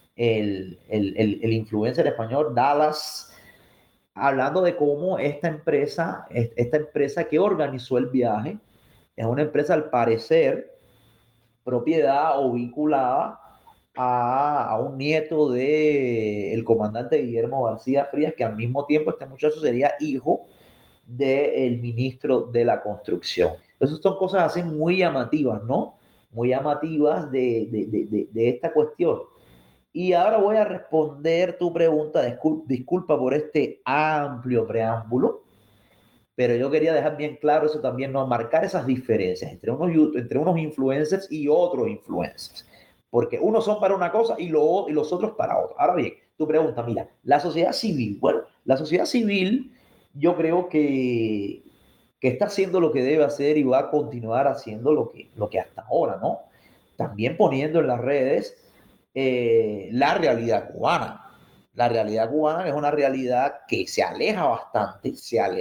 el influencer español Dallas, hablando de cómo esta empresa que organizó el viaje, es una empresa al parecer propiedad o vinculada a un nieto del comandante Guillermo García Frías, que al mismo tiempo este muchacho sería hijo del ministro de la construcción. Esas son cosas así muy llamativas, ¿no? Muy llamativas de esta cuestión. Y ahora voy a responder tu pregunta. Disculpa por este amplio preámbulo, pero yo quería dejar bien claro eso también, no marcar esas diferencias entre unos influencers y otros influencers, porque unos son para una cosa y los otros para otra. Ahora bien, tu pregunta, mira, la sociedad civil, bueno, la sociedad civil yo creo que está haciendo lo que debe hacer y va a continuar haciendo lo que hasta ahora, ¿no? También poniendo en las redes la realidad cubana. La realidad cubana es una realidad que se aleja bastante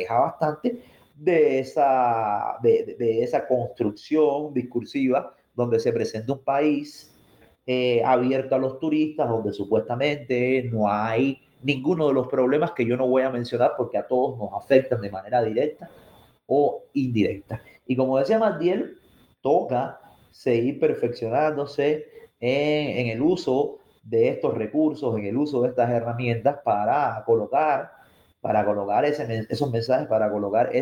de esa construcción discursiva donde se presenta un país abierto a los turistas, donde supuestamente no hay ninguno de los problemas que yo no voy a mencionar porque a todos nos afectan de manera directa o indirecta. Y como decía Matiel, toca seguir perfeccionándose en el uso de estos recursos, en el uso de estas herramientas para colocar esos mensajes, para colocar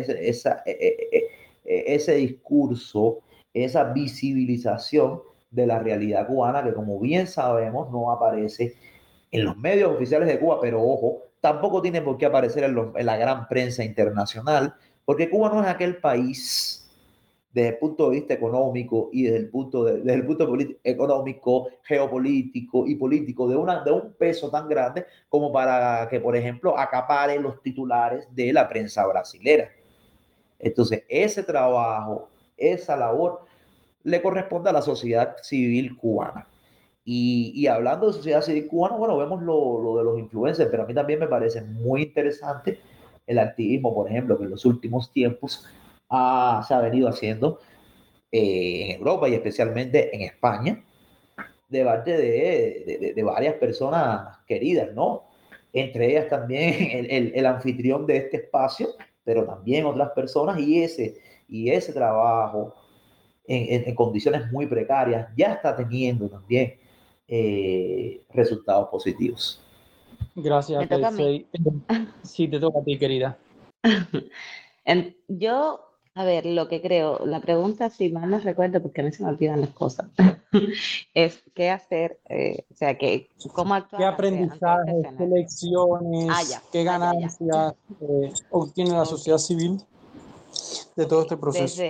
ese discurso, esa visibilización de la realidad cubana que, como bien sabemos, no aparece en los medios oficiales de Cuba, pero ojo, tampoco tiene por qué aparecer en la gran prensa internacional, porque Cuba no es aquel país desde el punto de vista económico y desde el punto económico, geopolítico y político de un peso tan grande como para que, por ejemplo, acapare los titulares de la prensa brasilera. Entonces, ese trabajo, esa labor, le corresponde a la sociedad civil cubana. Y hablando de sociedad civil cubana, bueno, vemos lo de los influencers, pero a mí también me parece muy interesante el activismo, por ejemplo, que en los últimos tiempos se ha venido haciendo en Europa y especialmente en España, de parte de varias personas queridas, ¿no? Entre ellas también el anfitrión de este espacio, pero también otras personas y ese trabajo en condiciones muy precarias ya está teniendo también resultados positivos. Gracias, Me toca a mí. Sí, te toca a ti, querida. Yo, a ver, lo que creo, la pregunta, si mal no recuerdo, porque a mí se me olvidan las cosas, es qué hacer, o sea, cómo ¿Qué actuar ante este aprendizajes, qué escenario. lecciones, qué Ya. ganancias obtiene la Ok, sociedad civil de ok. todo este proceso?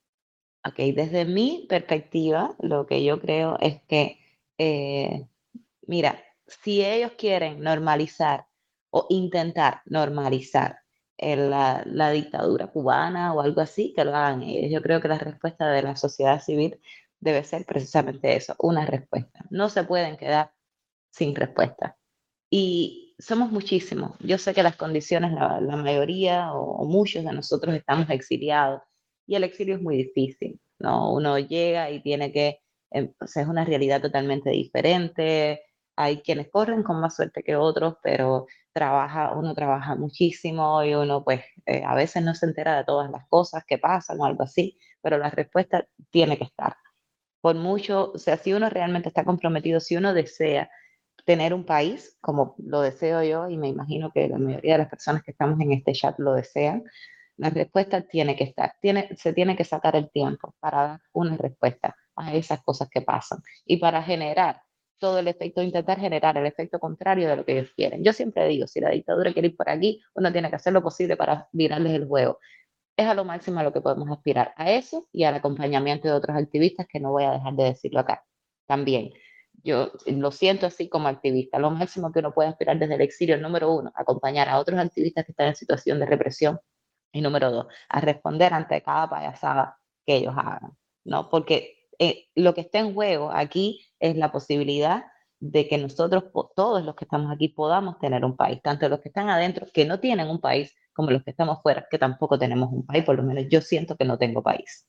Desde mi perspectiva, lo que yo creo es que, eh, mira, si ellos quieren normalizar o intentar normalizar la dictadura cubana o algo así, que lo hagan ellos. Yo creo que la respuesta de la sociedad civil debe ser precisamente eso, una respuesta. No se pueden quedar sin respuesta. Y somos muchísimos. Yo sé que las condiciones, la mayoría o muchos de nosotros estamos exiliados y el exilio es muy difícil, ¿no? Uno llega y tiene que, o sea, es una realidad totalmente diferente. Hay quienes corren con más suerte que otros, pero uno trabaja muchísimo y uno pues a veces no se entera de todas las cosas que pasan o algo así, pero la respuesta tiene que estar. Por mucho, o sea, si uno realmente está comprometido, si uno desea tener un país, como lo deseo yo, y me imagino que la mayoría de las personas que estamos en este chat lo desean, la respuesta tiene que estar, se tiene que sacar el tiempo para dar una respuesta a esas cosas que pasan y para generar todo el efecto, intentar generar el efecto contrario de lo que ellos quieren. Yo siempre digo, si la dictadura quiere ir por aquí, uno tiene que hacer lo posible para virarles el juego. Es a lo máximo a lo que podemos aspirar, a eso y al acompañamiento de otros activistas, que no voy a dejar de decirlo acá también. Yo lo siento así como activista. Lo máximo que uno puede aspirar desde el exilio, número uno, acompañar a otros activistas que están en situación de represión. Y número dos, a responder ante cada payasada que ellos hagan, ¿no? Porque lo que está en juego aquí es la posibilidad de que nosotros, todos los que estamos aquí, podamos tener un país, tanto los que están adentro, que no tienen un país, como los que estamos fuera, que tampoco tenemos un país. Por lo menos yo siento que no tengo país.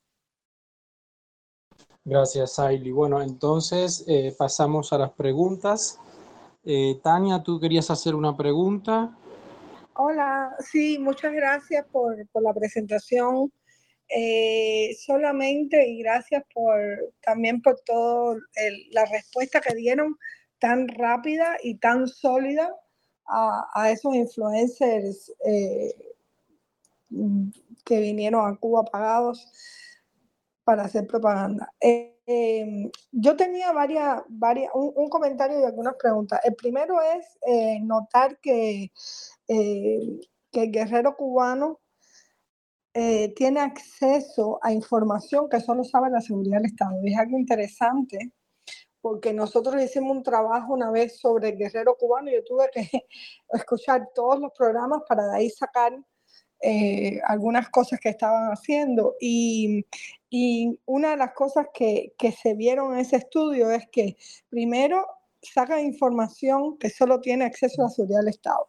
Gracias, Ailey. Bueno, entonces pasamos a las preguntas. Tania, tú querías hacer una pregunta. Hola, sí, muchas gracias por la presentación. Solamente y gracias también por toda la respuesta que dieron tan rápida y tan sólida a esos influencers que vinieron a Cuba pagados para hacer propaganda. Yo tenía un comentario y algunas preguntas. El primero es notar que el guerrero cubano tiene acceso a información que solo sabe la seguridad del Estado. Y es algo interesante, porque nosotros hicimos un trabajo una vez sobre el guerrero cubano y yo tuve que escuchar todos los programas para de ahí sacar algunas cosas que estaban haciendo. Y una de las cosas que se vieron en ese estudio es que, primero, sacan información que solo tiene acceso a la seguridad del Estado.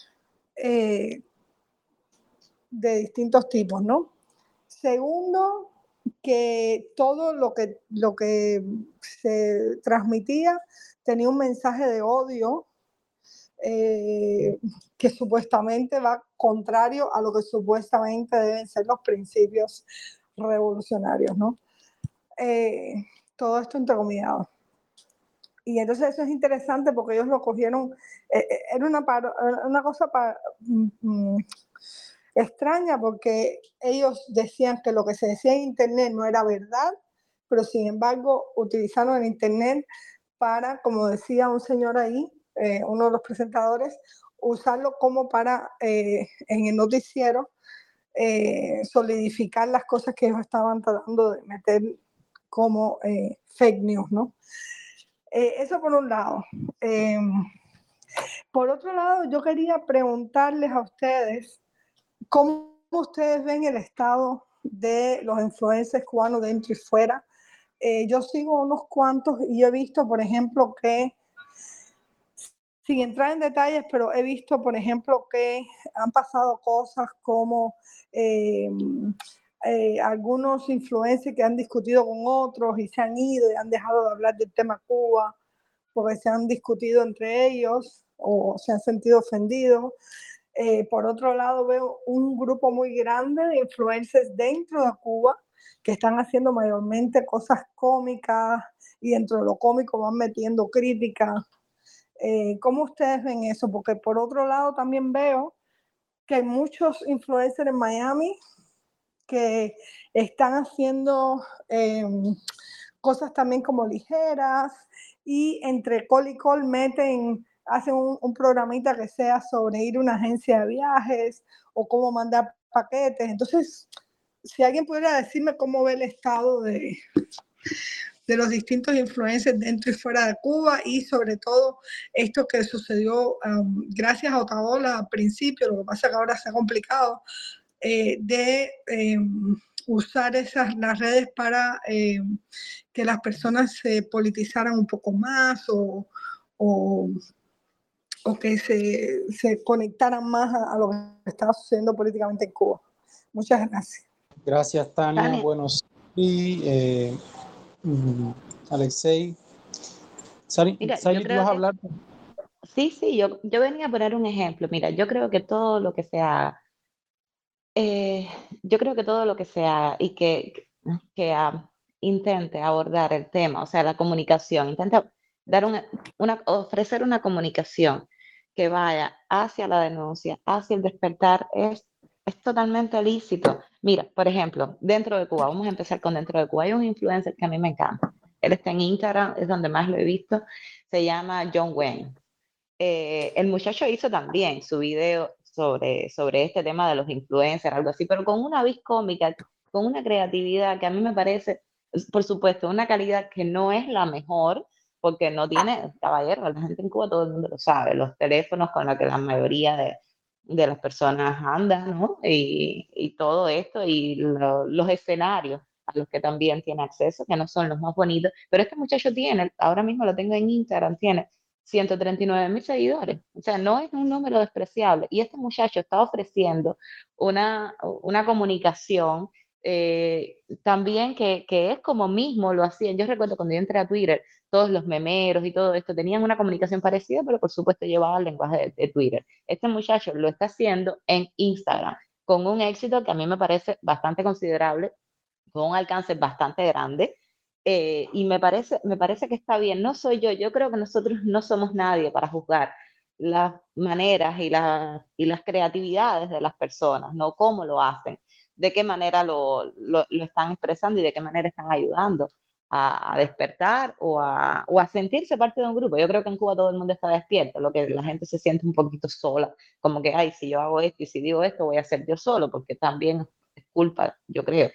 De distintos tipos, ¿no? Segundo, que todo lo que se transmitía tenía un mensaje de odio que supuestamente va contrario a lo que supuestamente deben ser los principios revolucionarios, ¿no? Todo esto entrecomillado. Y entonces eso es interesante porque ellos lo cogieron, era una cosa extraña, porque ellos decían que lo que se decía en Internet no era verdad, pero sin embargo utilizaron el Internet para, como decía un señor ahí, uno de los presentadores, usarlo como para, en el noticiero, solidificar las cosas que ellos estaban tratando de meter como fake news, ¿no? Eso por un lado. Por otro lado, yo quería preguntarles a ustedes cómo ustedes ven el estado de los influencers cubanos dentro y fuera, yo sigo unos cuantos y he visto, por ejemplo, que, sin entrar en detalles, pero he visto, por ejemplo, que han pasado cosas como algunos influencers que han discutido con otros y se han ido y han dejado de hablar del tema Cuba porque se han discutido entre ellos o se han sentido ofendidos. Por otro lado, veo un grupo muy grande de influencers dentro de Cuba que están haciendo mayormente cosas cómicas y dentro de lo cómico van metiendo críticas. ¿Cómo ustedes ven eso? Porque por otro lado también veo que hay muchos influencers en Miami que están haciendo cosas también como ligeras y entre call y call hacen un programita que sea sobre ir a una agencia de viajes o cómo mandar paquetes. Entonces, si alguien pudiera decirme cómo ve el estado de los distintos influencers dentro y fuera de Cuba y sobre todo esto que sucedió gracias a Otaola al principio, lo que pasa es que ahora se ha complicado, de usar las redes para que las personas se politizaran un poco más o que se conectaran más a lo que estaba sucediendo políticamente en Cuba. Muchas gracias. Gracias, Tania. Bueno, sí, Alexei. Sari, ¿tú vas a hablar? Sí, yo venía a poner un ejemplo. Mira, yo creo que todo lo que se haga, y que intente abordar el tema, o sea, la comunicación, intenta dar ofrecer una comunicación que vaya hacia la denuncia, hacia el despertar, es totalmente lícito. Mira, por ejemplo, dentro de Cuba, vamos a empezar con dentro de Cuba, hay un influencer que a mí me encanta. Él está en Instagram, es donde más lo he visto, se llama John Wayne. El muchacho hizo también su video sobre este tema de los influencers, algo así, pero con una vis cómica, con una creatividad que a mí me parece, por supuesto, una calidad que no es la mejor, porque no tiene, caballero, la gente en Cuba todo el mundo lo sabe, los teléfonos con los que la mayoría de las personas andan, ¿no? Y todo esto, y los escenarios a los que también tiene acceso, que no son los más bonitos, pero este muchacho tiene, ahora mismo lo tengo en Instagram, tiene 139,000 seguidores. O sea, no es un número despreciable. Y este muchacho está ofreciendo una comunicación también que es como mismo lo hacían. Yo recuerdo cuando yo entré a Twitter, todos los memeros y todo esto tenían una comunicación parecida, pero por supuesto llevaba el lenguaje de Twitter. Este muchacho lo está haciendo en Instagram con un éxito que a mí me parece bastante considerable, con un alcance bastante grande. Y me parece que está bien. No soy yo creo que nosotros no somos nadie para juzgar las maneras y las creatividades de las personas, no cómo lo hacen, de qué manera lo están expresando y de qué manera están ayudando a despertar o a sentirse parte de un grupo. Yo creo que en Cuba todo el mundo está despierto, lo que la gente se siente un poquito sola, como que, ay, si yo hago esto y si digo esto, voy a ser yo solo, porque también es culpa, yo creo,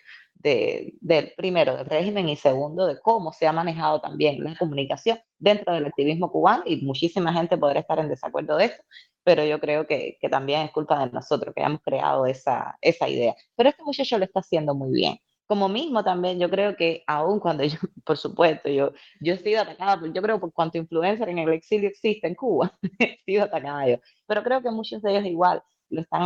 del primero, del régimen, y segundo, de cómo se ha manejado también la comunicación dentro del activismo cubano, y muchísima gente podrá estar en desacuerdo de esto, pero yo creo que también es culpa de nosotros que hemos creado esa idea. Pero este muchacho lo está haciendo muy bien. Como mismo también yo creo que aún cuando yo, por supuesto, yo he sido atacada, yo creo por cuanto influencer en el exilio existe en Cuba, he sido atacada yo, pero creo que muchos de ellos igual lo están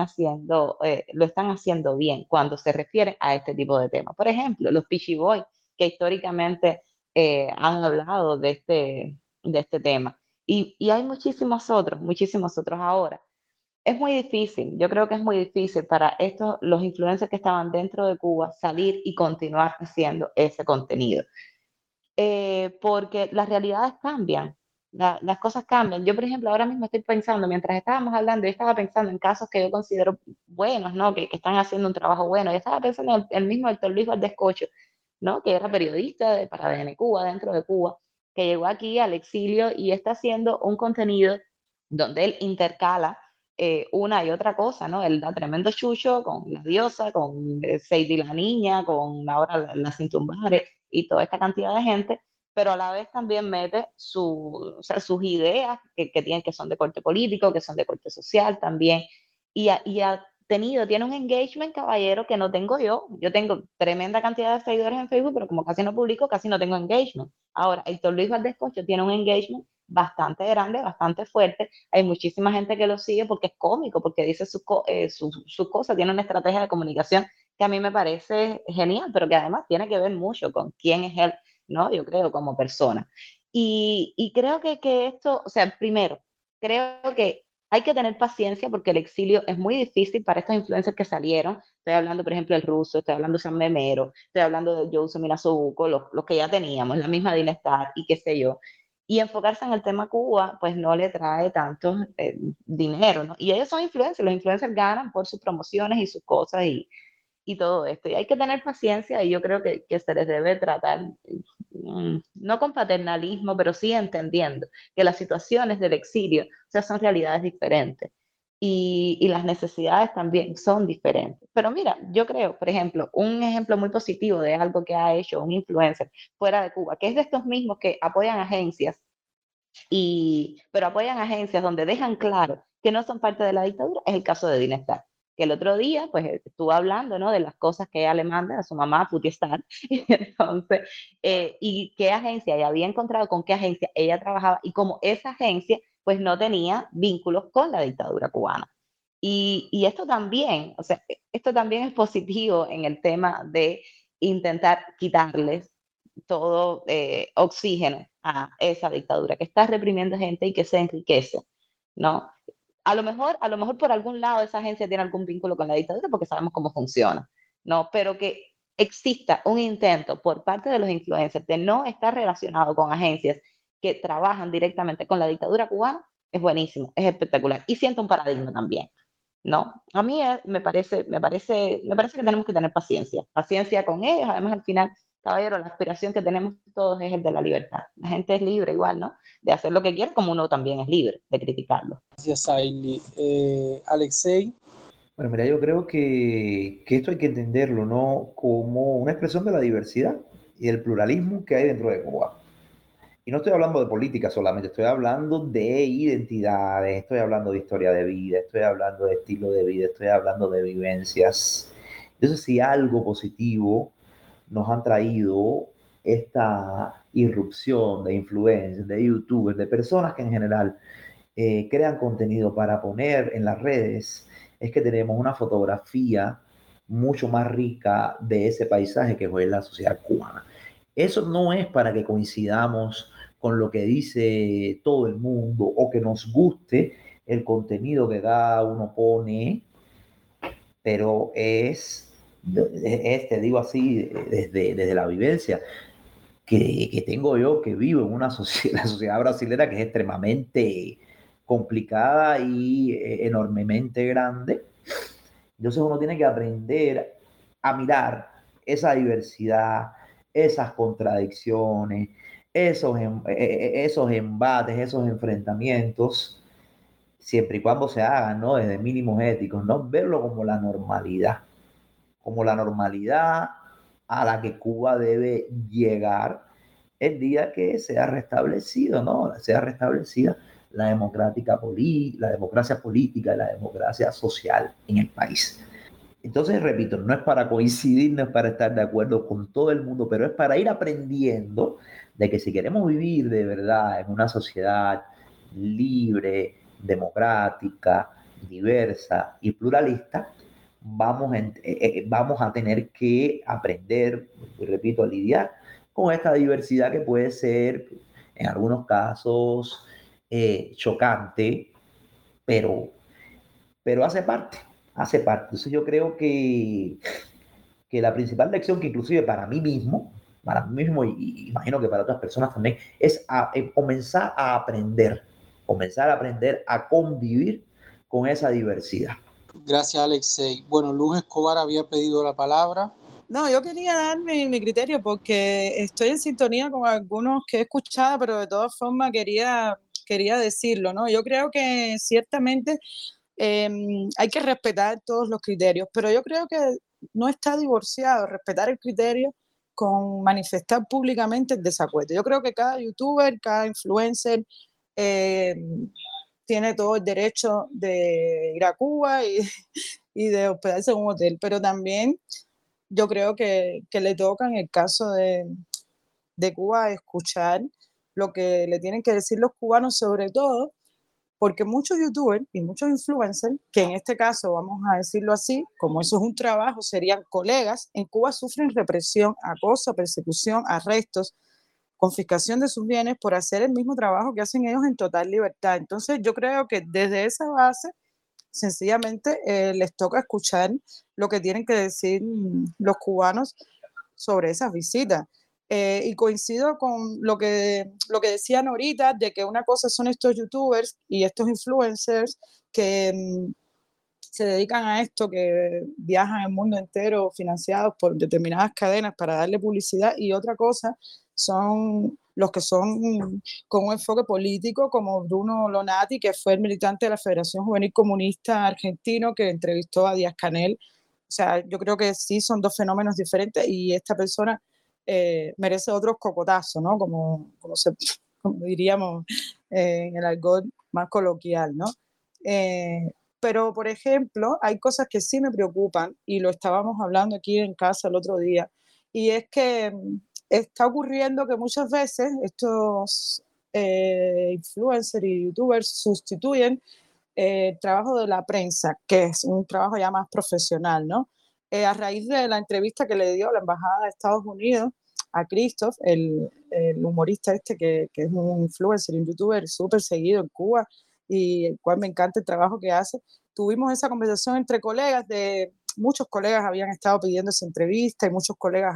haciendo bien cuando se refiere a este tipo de temas. Por ejemplo, los Peachy Boys, que históricamente han hablado de este tema. Y hay muchísimos otros ahora. Es muy difícil, yo creo que es muy difícil para los influencers que estaban dentro de Cuba, salir y continuar haciendo ese contenido. Porque las realidades cambian, las cosas cambian. Yo, por ejemplo, ahora mismo estoy pensando, mientras estábamos hablando, yo estaba pensando en casos que yo considero buenos, ¿no? Que están haciendo un trabajo bueno. Yo estaba pensando en el mismo Héctor Luis Valdescocho, ¿no? Que era periodista para DN Cuba, dentro de Cuba, que llegó aquí al exilio y está haciendo un contenido donde él intercala una y otra cosa, ¿no? Él da tremendo chucho con la diosa, con Sadie la niña, con ahora la Cintumbare y toda esta cantidad de gente, pero a la vez también mete sus ideas que tienen, que son de corte político, que son de corte social también, y a tiene un engagement, caballero, que no tengo yo. Yo tengo tremenda cantidad de seguidores en Facebook, pero como casi no publico, casi no tengo engagement. Ahora, Héctor Luis Valdés Concho tiene un engagement bastante grande, bastante fuerte. Hay muchísima gente que lo sigue porque es cómico, porque dice sus cosas, tiene una estrategia de comunicación que a mí me parece genial, pero que además tiene que ver mucho con quién es él, ¿no? Yo creo, como persona. Y creo que esto, o sea, primero, creo que hay que tener paciencia porque el exilio es muy difícil para estos influencers que salieron. Estoy hablando, por ejemplo, del Ruso, estoy hablando de San Memero, estoy hablando de Joe Minasobuco, los que ya teníamos, la misma Dinestar y qué sé yo. Y enfocarse en el tema Cuba, pues no le trae tanto dinero, ¿no? Y ellos son influencers, los influencers ganan por sus promociones y sus cosas y todo esto. Y hay que tener paciencia y yo creo que se les debe tratar, no con paternalismo, pero sí entendiendo que las situaciones del exilio, o sea, son realidades diferentes y las necesidades también son diferentes. Pero mira, yo creo, por ejemplo, un ejemplo muy positivo de algo que ha hecho un influencer fuera de Cuba, que es de estos mismos que apoyan agencias, pero apoyan agencias donde dejan claro que no son parte de la dictadura, es el caso de Dinestar, que el otro día pues estuvo hablando, ¿no?, de las cosas que ella le manda a su mamá, Putistar, y entonces, y qué agencia ella había encontrado, con qué agencia ella trabajaba, y como esa agencia pues no tenía vínculos con la dictadura cubana. Y esto también, o sea, esto también es positivo en el tema de intentar quitarles todo oxígeno a esa dictadura que está reprimiendo gente y que se enriquece, ¿no? A lo mejor por algún lado esa agencia tiene algún vínculo con la dictadura porque sabemos cómo funciona, ¿no? Pero que exista un intento por parte de los influencers de no estar relacionado con agencias que trabajan directamente con la dictadura cubana es buenísimo, es espectacular y siento un paradigma también, ¿no? A mí me parece que tenemos que tener paciencia con ellos. Además, al final, caballero, la aspiración que tenemos todos es el de la libertad. La gente es libre igual, ¿no?, de hacer lo que quiere, como uno también es libre de criticarlo. Gracias, Ailey. Alexei. Bueno, mira, yo creo que esto hay que entenderlo, ¿no?, como una expresión de la diversidad y el pluralismo que hay dentro de Cuba. Y no estoy hablando de política solamente, estoy hablando de identidades, estoy hablando de historia de vida, estoy hablando de estilo de vida, estoy hablando de vivencias. Entonces, si algo positivo nos han traído esta irrupción de influencers, de youtubers, de personas que en general crean contenido para poner en las redes, es que tenemos una fotografía mucho más rica de ese paisaje que fue la sociedad cubana. Eso no es para que coincidamos con lo que dice todo el mundo o que nos guste el contenido que cada uno pone, pero te digo así, desde la vivencia que tengo yo, que vivo en la sociedad brasilera, que es extremadamente complicada y enormemente grande. Entonces uno tiene que aprender a mirar esa diversidad, esas contradicciones, esos embates, esos enfrentamientos, siempre y cuando se hagan, ¿no?, desde mínimos éticos, ¿no?, verlo como la normalidad a la que Cuba debe llegar el día que sea restablecido, ¿no?, sea restablecida la democracia política y la democracia social en el país. Entonces, repito, no es para coincidir, no es para estar de acuerdo con todo el mundo, pero es para ir aprendiendo de que si queremos vivir de verdad en una sociedad libre, democrática, diversa y pluralista, vamos a tener que aprender, y repito, a lidiar con esta diversidad que puede ser, en algunos casos, chocante, pero hace parte. Entonces yo creo que la principal lección, que inclusive para mí mismo y imagino que para otras personas también, es comenzar a aprender a convivir con esa diversidad. Gracias, Alexei. Bueno, Luz Escobar había pedido la palabra. No, yo quería dar mi criterio porque estoy en sintonía con algunos que he escuchado, pero de todas formas quería decirlo, ¿no? Yo creo que ciertamente hay que respetar todos los criterios, pero yo creo que no está divorciado respetar el criterio con manifestar públicamente el desacuerdo. Yo creo que cada youtuber, cada influencer tiene todo el derecho de ir a Cuba y de hospedarse en un hotel, pero también yo creo que le toca en el caso de Cuba escuchar lo que le tienen que decir los cubanos, sobre todo porque muchos youtubers y muchos influencers, que en este caso, vamos a decirlo así, como eso es un trabajo, serían colegas, en Cuba sufren represión, acoso, persecución, arrestos, confiscación de sus bienes por hacer el mismo trabajo que hacen ellos en total libertad. Entonces yo creo que desde esa base, sencillamente les toca escuchar lo que tienen que decir los cubanos sobre esas visitas. Y coincido con lo que decían ahorita, de que una cosa son estos youtubers y estos influencers que se dedican a esto, que viajan el mundo entero financiados por determinadas cadenas para darle publicidad, y otra cosa son los que son con un enfoque político, como Bruno Lonati, que fue el militante de la Federación Juvenil Comunista Argentino que entrevistó a Díaz-Canel. O sea, yo creo que sí son dos fenómenos diferentes y esta persona merece otros cocotazos, ¿no? Como diríamos en el argot más coloquial, ¿no? Pero, por ejemplo, hay cosas que sí me preocupan y lo estábamos hablando aquí en casa el otro día, y es que está ocurriendo que muchas veces estos influencers y youtubers sustituyen el trabajo de la prensa, que es un trabajo ya más profesional, ¿no? A raíz de la entrevista que le dio la Embajada de Estados Unidos a Christoph, el humorista este que es un influencer, un youtuber súper seguido en Cuba y el cual me encanta el trabajo que hace, tuvimos esa conversación entre colegas, muchos colegas habían estado pidiendo esa entrevista y muchos colegas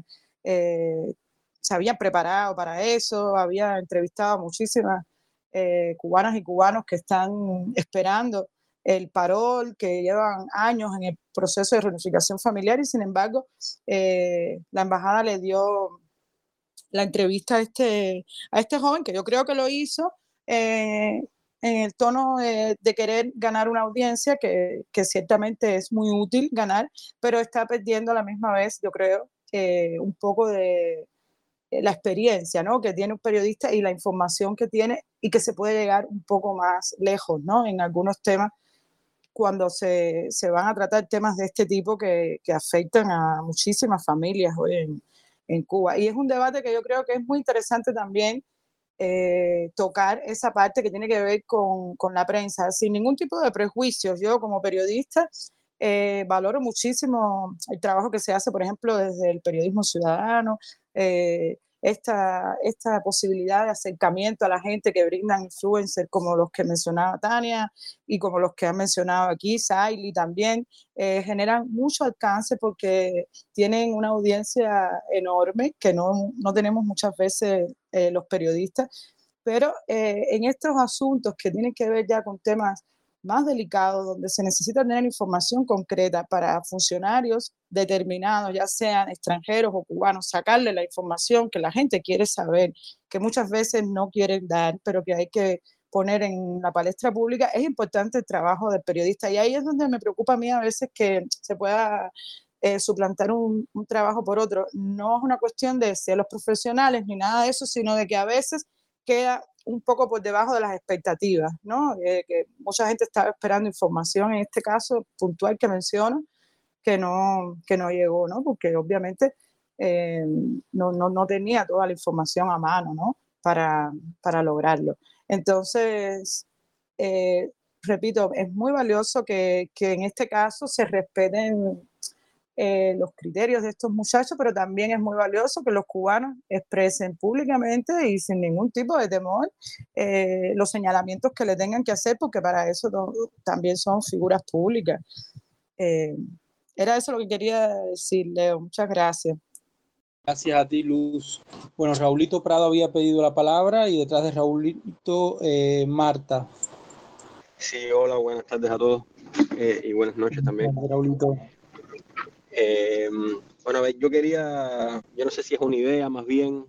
se habían preparado para eso, había entrevistado a muchísimas cubanas y cubanos que están esperando el parol, que llevan años en el proceso de reunificación familiar, y sin embargo la embajada le dio la entrevista a este joven, que yo creo que lo hizo en el tono de querer ganar una audiencia que ciertamente es muy útil ganar, pero está perdiendo a la misma vez, yo creo, un poco de la experiencia, ¿no?, que tiene un periodista y la información que tiene, y que se puede llegar un poco más lejos, ¿no?, en algunos temas cuando se van a tratar temas de este tipo que afectan a muchísimas familias hoy en Cuba. Y es un debate que yo creo que es muy interesante también tocar esa parte que tiene que ver con la prensa, sin ningún tipo de prejuicios. Yo como periodista valoro muchísimo el trabajo que se hace, por ejemplo, desde el periodismo ciudadano, esta posibilidad de acercamiento a la gente que brindan influencers como los que mencionaba Tania y como los que han mencionado aquí, Saily también, generan mucho alcance porque tienen una audiencia enorme que no tenemos muchas veces los periodistas, pero en estos asuntos que tienen que ver ya con temas más delicados, donde se necesita tener información concreta para funcionarios determinados, ya sean extranjeros o cubanos, sacarle la información que la gente quiere saber, que muchas veces no quieren dar, pero que hay que poner en la palestra pública. Es importante el trabajo del periodista, y ahí es donde me preocupa a mí a veces que se pueda suplantar un trabajo por otro. No es una cuestión de ser los profesionales ni nada de eso, sino de que a veces queda un poco por debajo de las expectativas, ¿no? Que mucha gente estaba esperando información, en este caso puntual que menciono, que no llegó, ¿no? Porque obviamente no tenía toda la información a mano, ¿no?, para lograrlo. Entonces, repito, es muy valioso que en este caso se respeten los criterios de estos muchachos, pero también es muy valioso que los cubanos expresen públicamente y sin ningún tipo de temor los señalamientos que le tengan que hacer, porque para eso también son figuras públicas. Era eso lo que quería decir, Leo. Muchas gracias. Gracias a ti, Luz. Bueno, Raulito Prado había pedido la palabra y detrás de Raulito, Marta. Sí, hola, buenas tardes a todos y buenas noches también. Hola, Raulito. Bueno, a ver, yo no sé si es una idea más bien,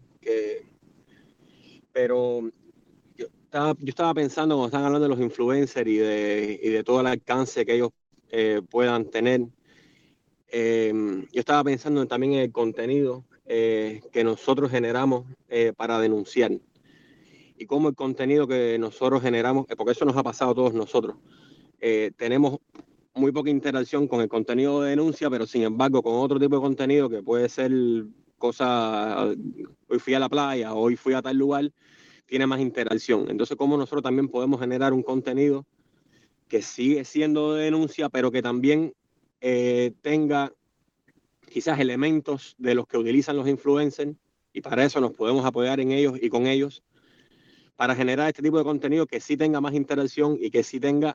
pero yo estaba pensando cuando estaban hablando de los influencers y de todo el alcance que ellos puedan tener. Yo estaba pensando también en el contenido que nosotros generamos para denunciar. y cómo el contenido que nosotros generamos, porque eso nos ha pasado a todos nosotros, tenemos muy poca interacción con el contenido de denuncia, pero sin embargo con otro tipo de contenido que puede ser cosas, hoy fui a la playa, hoy fui a tal lugar, tiene más interacción. Entonces, cómo nosotros también podemos generar un contenido que sigue siendo de denuncia, pero que también tenga quizás elementos de los que utilizan los influencers, y para eso nos podemos apoyar en ellos y con ellos, para generar este tipo de contenido que sí tenga más interacción y que sí tenga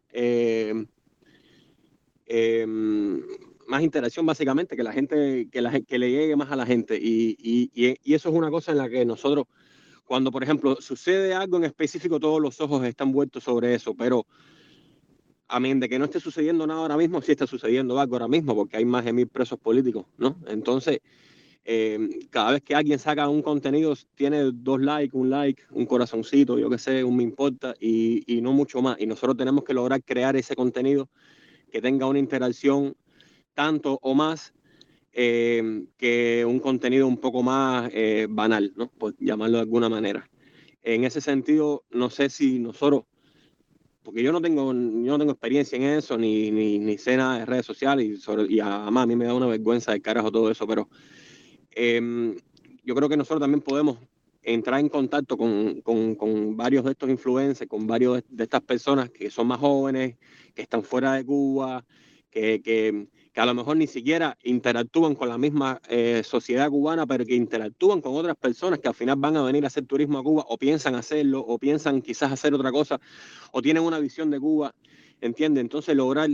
más interacción, básicamente, que la gente, que le llegue más a la gente. Y eso es una cosa en la que nosotros, cuando por ejemplo sucede algo en específico, todos los ojos están vueltos sobre eso, pero a mí de que no esté sucediendo nada ahora mismo, sí está sucediendo algo ahora mismo, porque hay más de 1000 presos políticos, ¿no? Entonces, cada vez que alguien saca un contenido, tiene 2 likes, un like, un corazoncito, yo qué sé, un me importa, y no mucho más. Y nosotros tenemos que lograr crear ese contenido que tenga una interacción tanto o más que un contenido un poco más banal, ¿no? Por llamarlo de alguna manera. En ese sentido, no sé si nosotros, porque yo no tengo experiencia en eso, ni sé nada de redes sociales, y además a mí me da una vergüenza de carajo todo eso, pero yo creo que nosotros también podemos entrar en contacto con varios de estos influencers, con varios de estas personas que son más jóvenes, que están fuera de Cuba, que a lo mejor ni siquiera interactúan con la misma sociedad cubana, pero que interactúan con otras personas que al final van a venir a hacer turismo a Cuba, o piensan hacerlo, o piensan quizás hacer otra cosa, o tienen una visión de Cuba, ¿entiendes? Entonces lograr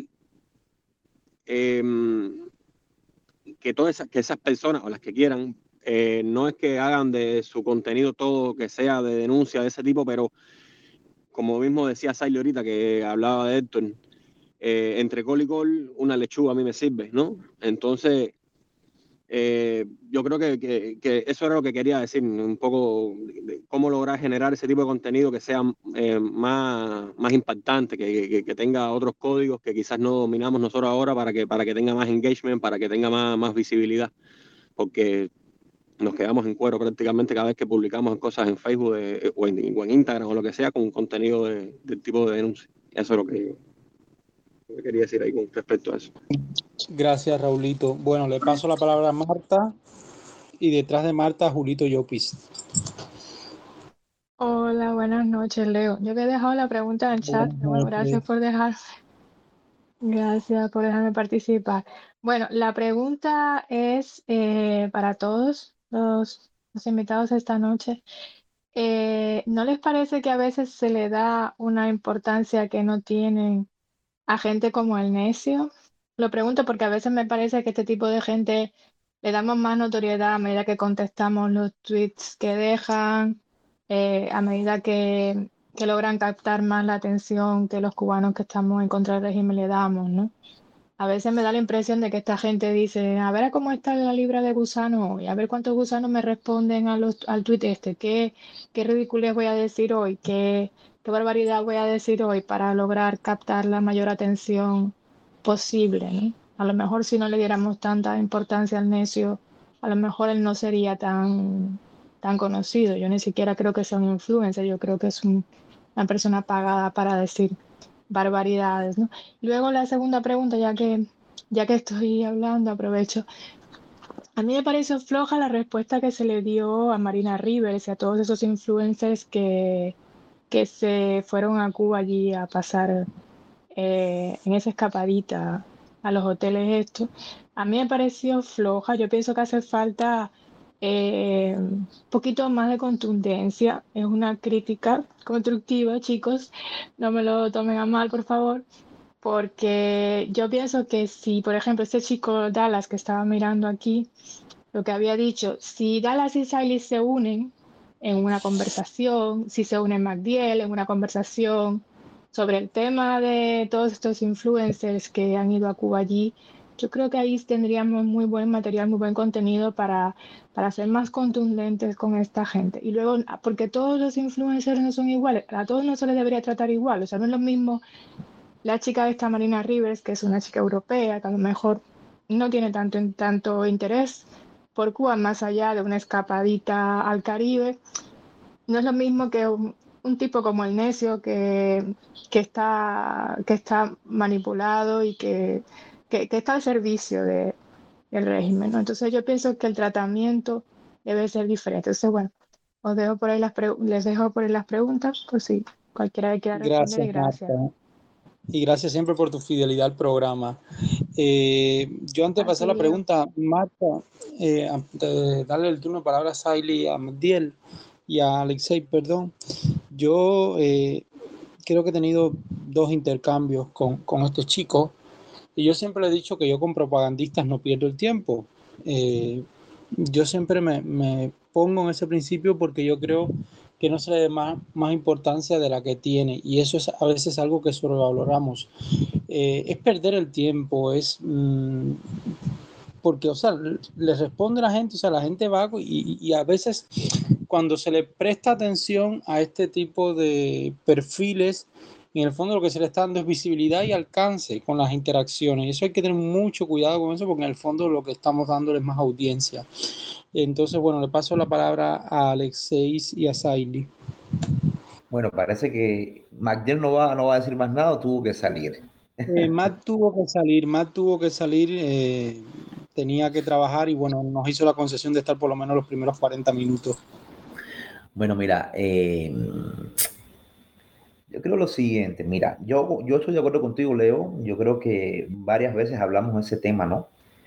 que que esas personas, o las que quieran, no es que hagan de su contenido todo que sea de denuncia de ese tipo, pero como mismo decía Saile ahorita, que hablaba de Héctor, entre col y col, una lechuga a mí me sirve, ¿no? Entonces, yo creo que eso era lo que quería decir, un poco de cómo lograr generar ese tipo de contenido que sea más impactante, que tenga otros códigos que quizás no dominamos nosotros ahora, para que tenga más engagement, para que tenga más visibilidad, porque nos quedamos en cuero prácticamente cada vez que publicamos cosas en Facebook o en Instagram o lo que sea, con contenido del tipo de denuncia. Eso es lo que quería decir ahí con respecto a eso. Gracias, Raulito. Bueno, le paso la palabra a Marta, y detrás de Marta, Julito Llopis. Hola, buenas noches, Leo. Yo había dejado la pregunta en el chat, pero bueno, gracias por dejarme participar. Bueno, la pregunta es para todos los invitados esta noche. ¿No les parece que a veces se le da una importancia que no tienen a gente como el necio? Lo pregunto porque a veces me parece que este tipo de gente le damos más notoriedad a medida que contestamos los tweets que dejan, a medida que logran captar más la atención que los cubanos que estamos en contra del régimen le damos, ¿no? A veces me da la impresión de que esta gente dice, a ver cómo está la libra de gusano hoy, a ver cuántos gusanos me responden al tweet este, qué ridiculez voy a decir hoy, qué barbaridad voy a decir hoy para lograr captar la mayor atención posible, ¿no? A lo mejor si no le diéramos tanta importancia al necio, a lo mejor él no sería tan conocido. Yo ni siquiera creo que sea un influencer, yo creo que es una persona pagada para decir barbaridades, ¿no? Luego la segunda pregunta, ya que estoy hablando, aprovecho. A mí me pareció floja la respuesta que se le dio a Marina Rivers y a todos esos influencers que se fueron a Cuba allí a pasar en esa escapadita a los hoteles estos. A mí me pareció floja. Yo pienso que hace falta un poquito más de contundencia. Es una crítica constructiva, chicos. No me lo tomen a mal, por favor. Porque yo pienso que si, por ejemplo, este chico Dallas que estaba mirando aquí, lo que había dicho, si Dallas y Siley se unen en una conversación, si se une MacDiel en una conversación sobre el tema de todos estos influencers que han ido a Cuba allí, yo creo que ahí tendríamos muy buen material, muy buen contenido para ser más contundentes con esta gente. Y luego, porque todos los influencers no son iguales, a todos no se les debería tratar igual, o sea, no es lo mismo la chica esta Marina Rivers, que es una chica europea, que a lo mejor no tiene tanto interés por Cuba, más allá de una escapadita al Caribe. No es lo mismo que un tipo como el necio que está manipulado y que está al servicio del régimen, ¿no? Entonces yo pienso que el tratamiento debe ser diferente. Entonces, bueno, os dejo por ahí les dejo por ahí las preguntas, por si cualquiera quiera responder, y Gracias, gracias. Marta. Y gracias siempre por tu fidelidad al programa. Yo antes de pasar la pregunta, Marta, antes de darle el turno de palabra a Saily, a Magdiel y a Alexei, perdón, yo creo que he tenido 2 intercambios con este chico, y yo siempre le he dicho que yo con propagandistas no pierdo el tiempo. Yo siempre me pongo en ese principio porque yo creo que no se le dé más importancia de la que tiene, y eso es a veces algo que sobrevaloramos. Es perder el tiempo, porque, o sea, le responde la gente, o sea, la gente va y a veces cuando se le presta atención a este tipo de perfiles, en el fondo lo que se le está dando es visibilidad y alcance con las interacciones. Y eso hay que tener mucho cuidado con eso, porque en el fondo lo que estamos dando es más audiencia. Entonces, bueno, le paso la palabra a Alexei y a Saily. Bueno, parece que Magdiel no va a decir más nada, tuvo que salir. Matt tuvo que salir, tenía que trabajar y bueno, nos hizo la concesión de estar por lo menos los primeros 40 minutos. Bueno, mira, yo creo lo siguiente, mira, yo estoy de acuerdo contigo, Leo, yo creo que varias veces hablamos de ese tema, ¿no?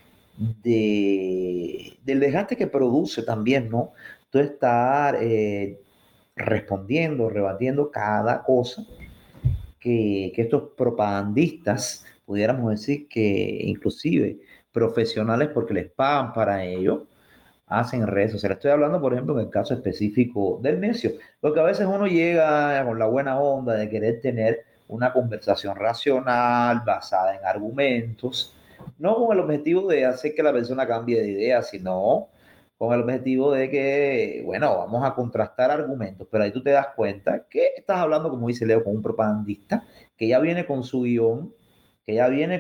Del desgaste que produce también, ¿no? Tú estar respondiendo, rebatiendo cada cosa que estos propagandistas, pudiéramos decir que inclusive profesionales porque les pagan para ello, hacen en redes sociales. Estoy hablando, por ejemplo, en el caso específico del necio, porque a veces uno llega con la buena onda de querer tener una conversación racional, basada en argumentos, no con el objetivo de hacer que la persona cambie de idea, sino con el objetivo de que, bueno, vamos a contrastar argumentos, pero ahí tú te das cuenta que estás hablando, como dice Leo, con un propagandista que ya viene con su guión, que ya viene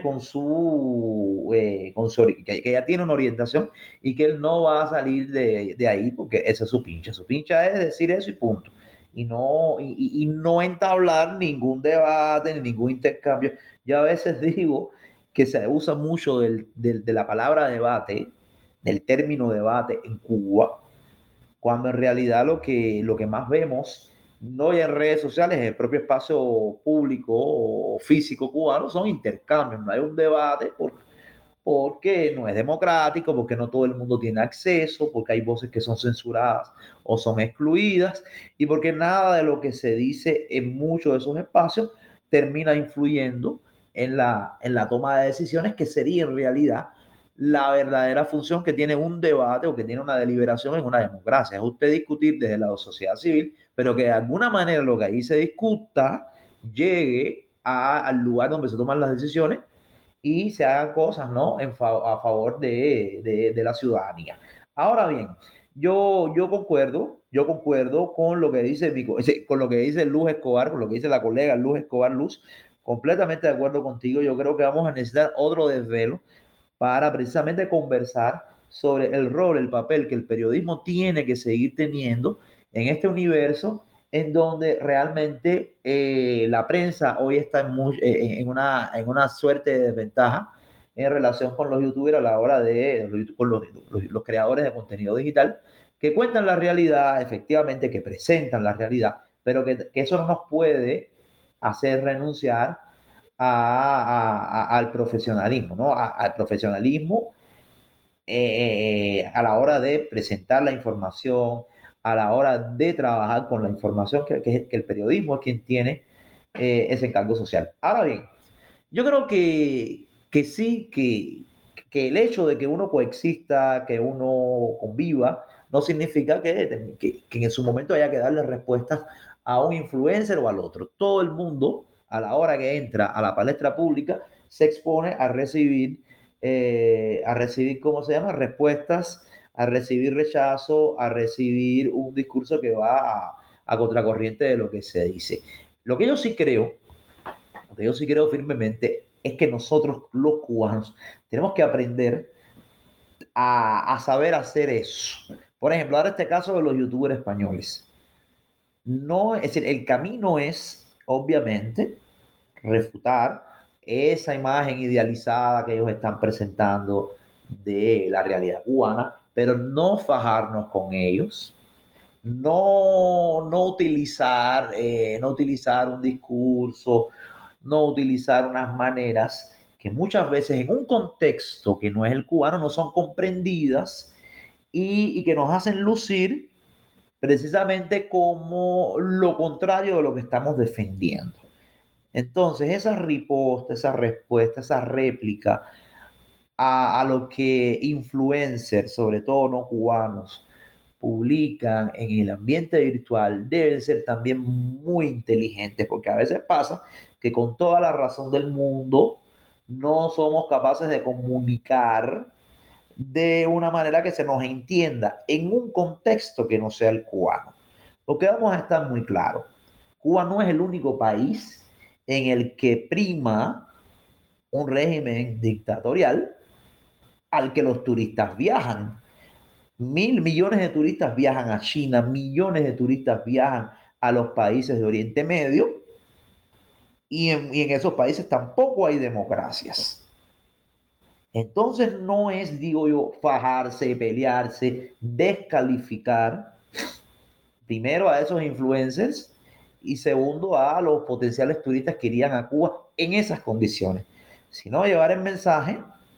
que ya tiene una orientación y que él no va a salir de ahí porque esa es su pincha. Su pincha es decir eso y punto. Y no entablar ningún debate ni ningún intercambio. Yo a veces digo que se usa mucho de la palabra debate, del término debate en Cuba, cuando en realidad lo que más vemos, no en redes sociales, en el propio espacio público o físico cubano, son intercambios. No hay un debate porque no es democrático, porque no todo el mundo tiene acceso, porque hay voces que son censuradas o son excluidas, y porque nada de lo que se dice en muchos de esos espacios termina influyendo en la toma de decisiones, que sería en realidad la verdadera función que tiene un debate o que tiene una deliberación en una democracia. Es usted discutir desde la sociedad civil, pero que de alguna manera lo que ahí se discuta llegue al lugar donde se toman las decisiones y se hagan cosas, ¿no? A favor de la ciudadanía. Ahora bien, yo concuerdo con lo que dice Luz Escobar, con lo que dice la colega Luz Escobar Luz, completamente de acuerdo contigo. Yo creo que vamos a necesitar otro desvelo para precisamente conversar sobre el rol, el papel que el periodismo tiene que seguir teniendo en este universo en donde realmente la prensa hoy está en una suerte de desventaja en relación con los youtubers a la hora con los creadores de contenido digital que cuentan la realidad, efectivamente, que presentan la realidad, pero que eso no nos puede hacer renunciar al profesionalismo, ¿no? Al profesionalismo a la hora de presentar la información, a la hora de trabajar con la información, que el periodismo es quien tiene ese encargo social. Ahora bien, yo creo que sí, que el hecho de que uno coexista, que uno conviva, no significa que en su momento haya que darle respuestas a un influencer o al otro. Todo el mundo, a la hora que entra a la palestra pública, se expone a recibir, ¿cómo se llama? Respuestas, a recibir rechazo, a recibir un discurso que va a contracorriente de lo que se dice. Lo que yo sí creo firmemente es que nosotros los cubanos tenemos que aprender a saber hacer eso. Por ejemplo, ahora este caso de los youtubers españoles. No, es decir, el camino es, obviamente, refutar esa imagen idealizada que ellos están presentando de la realidad cubana, pero no fajarnos con ellos, no utilizar, no utilizar un discurso, no utilizar unas maneras que muchas veces en un contexto que no es el cubano no son comprendidas y que nos hacen lucir precisamente como lo contrario de lo que estamos defendiendo. Entonces, esa riposta, esa respuesta, esa réplica a lo que influencers, sobre todo no cubanos, publican en el ambiente virtual deben ser también muy inteligentes, porque a veces pasa que con toda la razón del mundo no somos capaces de comunicar de una manera que se nos entienda en un contexto que no sea el cubano. Porque vamos a estar muy claros, Cuba no es el único país en el que prima un régimen dictatorial al que los turistas viajan. 1.000 millones de turistas viajan a China, millones de turistas viajan a los países de Oriente Medio y en esos países tampoco hay democracias. Entonces no es, digo yo, fajarse, pelearse, descalificar primero a esos influencers y segundo a los potenciales turistas que irían a Cuba en esas condiciones, sino llevar el mensaje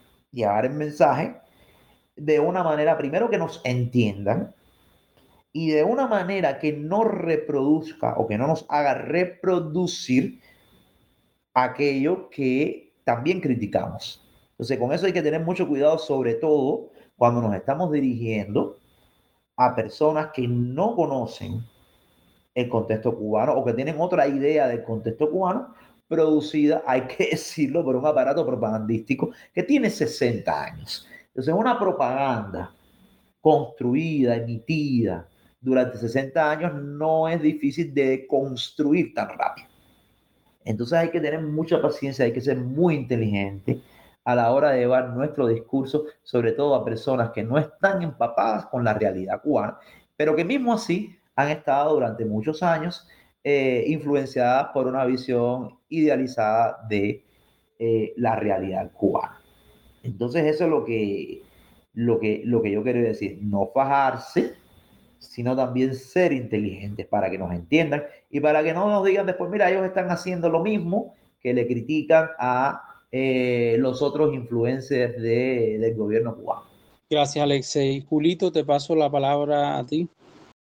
de una manera, primero que nos entiendan y de una manera que no reproduzca o que no nos haga reproducir aquello que también criticamos. Entonces, con eso hay que tener mucho cuidado, sobre todo cuando nos estamos dirigiendo a personas que no conocen el contexto cubano o que tienen otra idea del contexto cubano, producida, hay que decirlo, por un aparato propagandístico que tiene 60 años. Entonces, una propaganda construida, emitida durante 60 años, no es difícil de construir tan rápido. Entonces hay que tener mucha paciencia, hay que ser muy inteligente a la hora de llevar nuestro discurso, sobre todo a personas que no están empapadas con la realidad cubana, pero que mismo así han estado durante muchos años influenciadas por una visión idealizada de la realidad cubana. Entonces eso es lo que yo quiero decir, no fajarse, sino también ser inteligentes para que nos entiendan y para que no nos digan después, mira, ellos están haciendo lo mismo que le critican a los otros influencers del gobierno cubano. Gracias, Alexei. Julito, te paso la palabra a ti.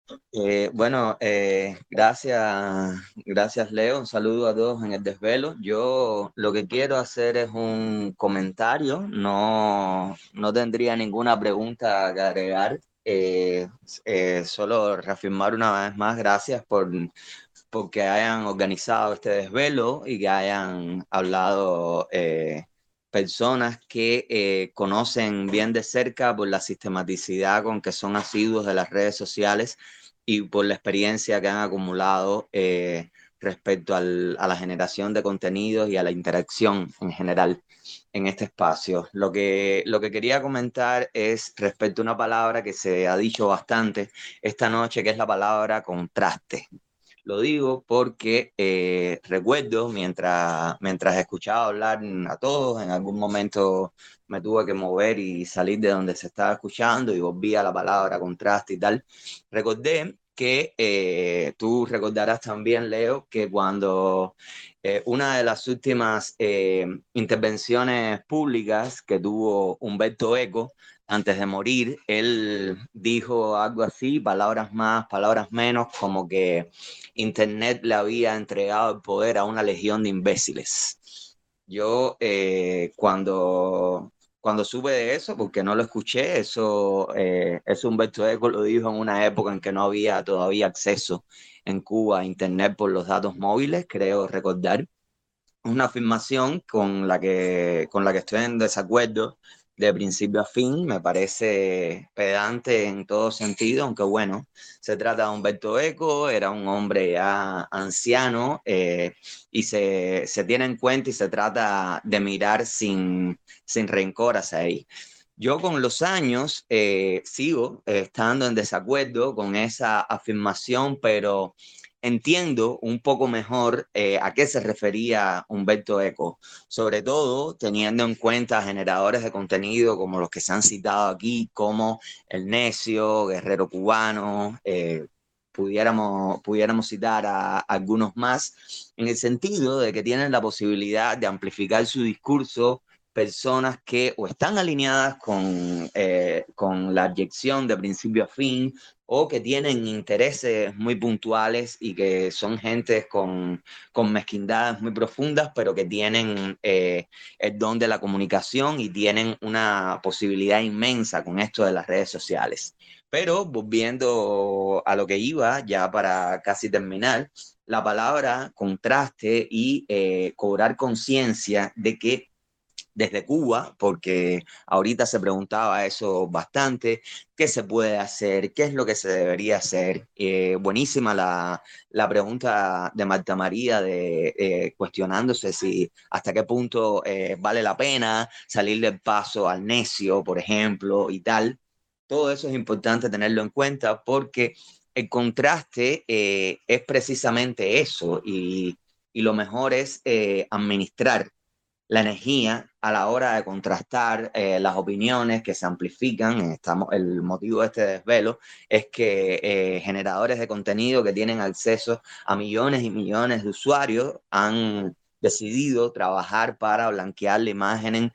Gracias Leo, un saludo a todos en el desvelo. Yo lo que quiero hacer es un comentario, no tendría ninguna pregunta que agregar, solo reafirmar una vez más gracias porque hayan organizado este desvelo y que hayan hablado personas que conocen bien de cerca por la sistematicidad con que son asiduos de las redes sociales y por la experiencia que han acumulado respecto a la generación de contenidos y a la interacción en general en este espacio. Lo que quería comentar es respecto a una palabra que se ha dicho bastante esta noche, que es la palabra contraste. Lo digo porque recuerdo mientras escuchaba hablar a todos, en algún momento me tuve que mover y salir de donde se estaba escuchando y volví a la palabra contraste y tal. Recordé que tú recordarás también, Leo, que cuando una de las últimas intervenciones públicas que tuvo Humberto Eco, antes de morir, él dijo algo así, palabras más, palabras menos, como que Internet le había entregado el poder a una legión de imbéciles. Yo cuando supe de eso, porque no lo escuché, eso Humberto Eco lo dijo en una época en que no había todavía acceso en Cuba a Internet por los datos móviles, creo recordar. Una afirmación con la que estoy en desacuerdo de principio a fin, me parece pedante en todo sentido, aunque bueno, se trata de Humberto Eco, era un hombre ya anciano y se tiene en cuenta y se trata de mirar sin rencor hacia ahí. Yo con los años sigo estando en desacuerdo con esa afirmación, pero entiendo un poco mejor a qué se refería Humberto Eco, sobre todo teniendo en cuenta generadores de contenido como los que se han citado aquí, como El Necio, Guerrero Cubano, pudiéramos citar a algunos más, en el sentido de que tienen la posibilidad de amplificar su discurso personas que o están alineadas con la abyección de principio a fin, o que tienen intereses muy puntuales y que son gentes con mezquindades muy profundas, pero que tienen el don de la comunicación y tienen una posibilidad inmensa con esto de las redes sociales. Pero volviendo a lo que iba, ya para casi terminar, la palabra contraste y cobrar conciencia de que desde Cuba, porque ahorita se preguntaba eso bastante, qué se puede hacer, qué es lo que se debería hacer. Buenísima la pregunta de Marta María, cuestionándose si hasta qué punto vale la pena salir del paso al necio, por ejemplo, y tal. Todo eso es importante tenerlo en cuenta porque el contraste es precisamente eso, y lo mejor es administrar la energía a la hora de contrastar las opiniones que se amplifican. El motivo de este desvelo es que generadores de contenido que tienen acceso a millones y millones de usuarios han decidido trabajar para blanquear la imagen,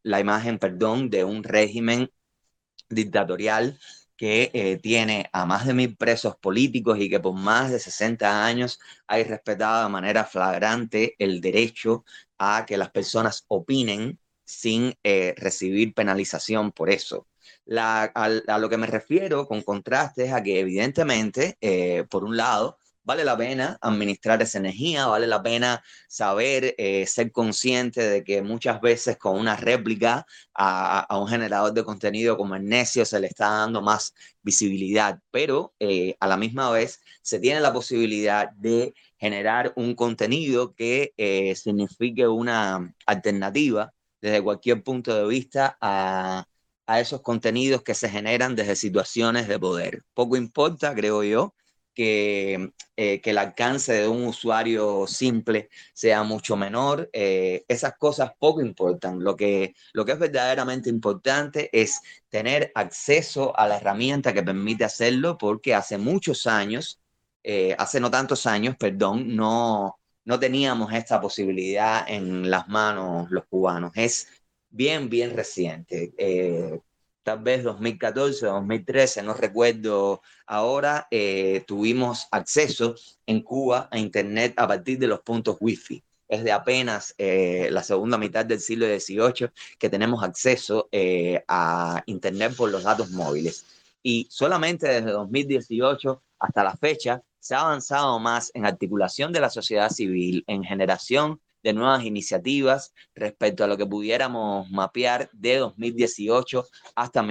de un régimen dictatorial que tiene a más de 1.000 presos políticos y que por más de 60 años hay respetado de manera flagrante el derecho a que las personas opinen sin recibir penalización por eso. A lo que me refiero con contraste es a que evidentemente, por un lado, vale la pena administrar esa energía, vale la pena saber, ser consciente de que muchas veces con una réplica a un generador de contenido como el necio se le está dando más visibilidad, pero a la misma vez se tiene la posibilidad de generar un contenido que signifique una alternativa desde cualquier punto de vista a esos contenidos que se generan desde situaciones de poder. Poco importa, creo yo, que el alcance de un usuario simple sea mucho menor. Esas cosas poco importan. Lo que es verdaderamente importante es tener acceso a la herramienta que permite hacerlo, porque hace muchos años, hace no tantos años, perdón, no teníamos esta posibilidad en las manos los cubanos. Es bien reciente. Tal vez 2014, 2013, no recuerdo ahora, tuvimos acceso en Cuba a Internet a partir de los puntos Wi-Fi. Es de apenas la segunda mitad del siglo XVIII que tenemos acceso a Internet por los datos móviles. Y solamente desde 2018 hasta la fecha se ha avanzado más en articulación de la sociedad civil, en generación de nuevas iniciativas respecto a lo que pudiéramos mapear de 2018 hasta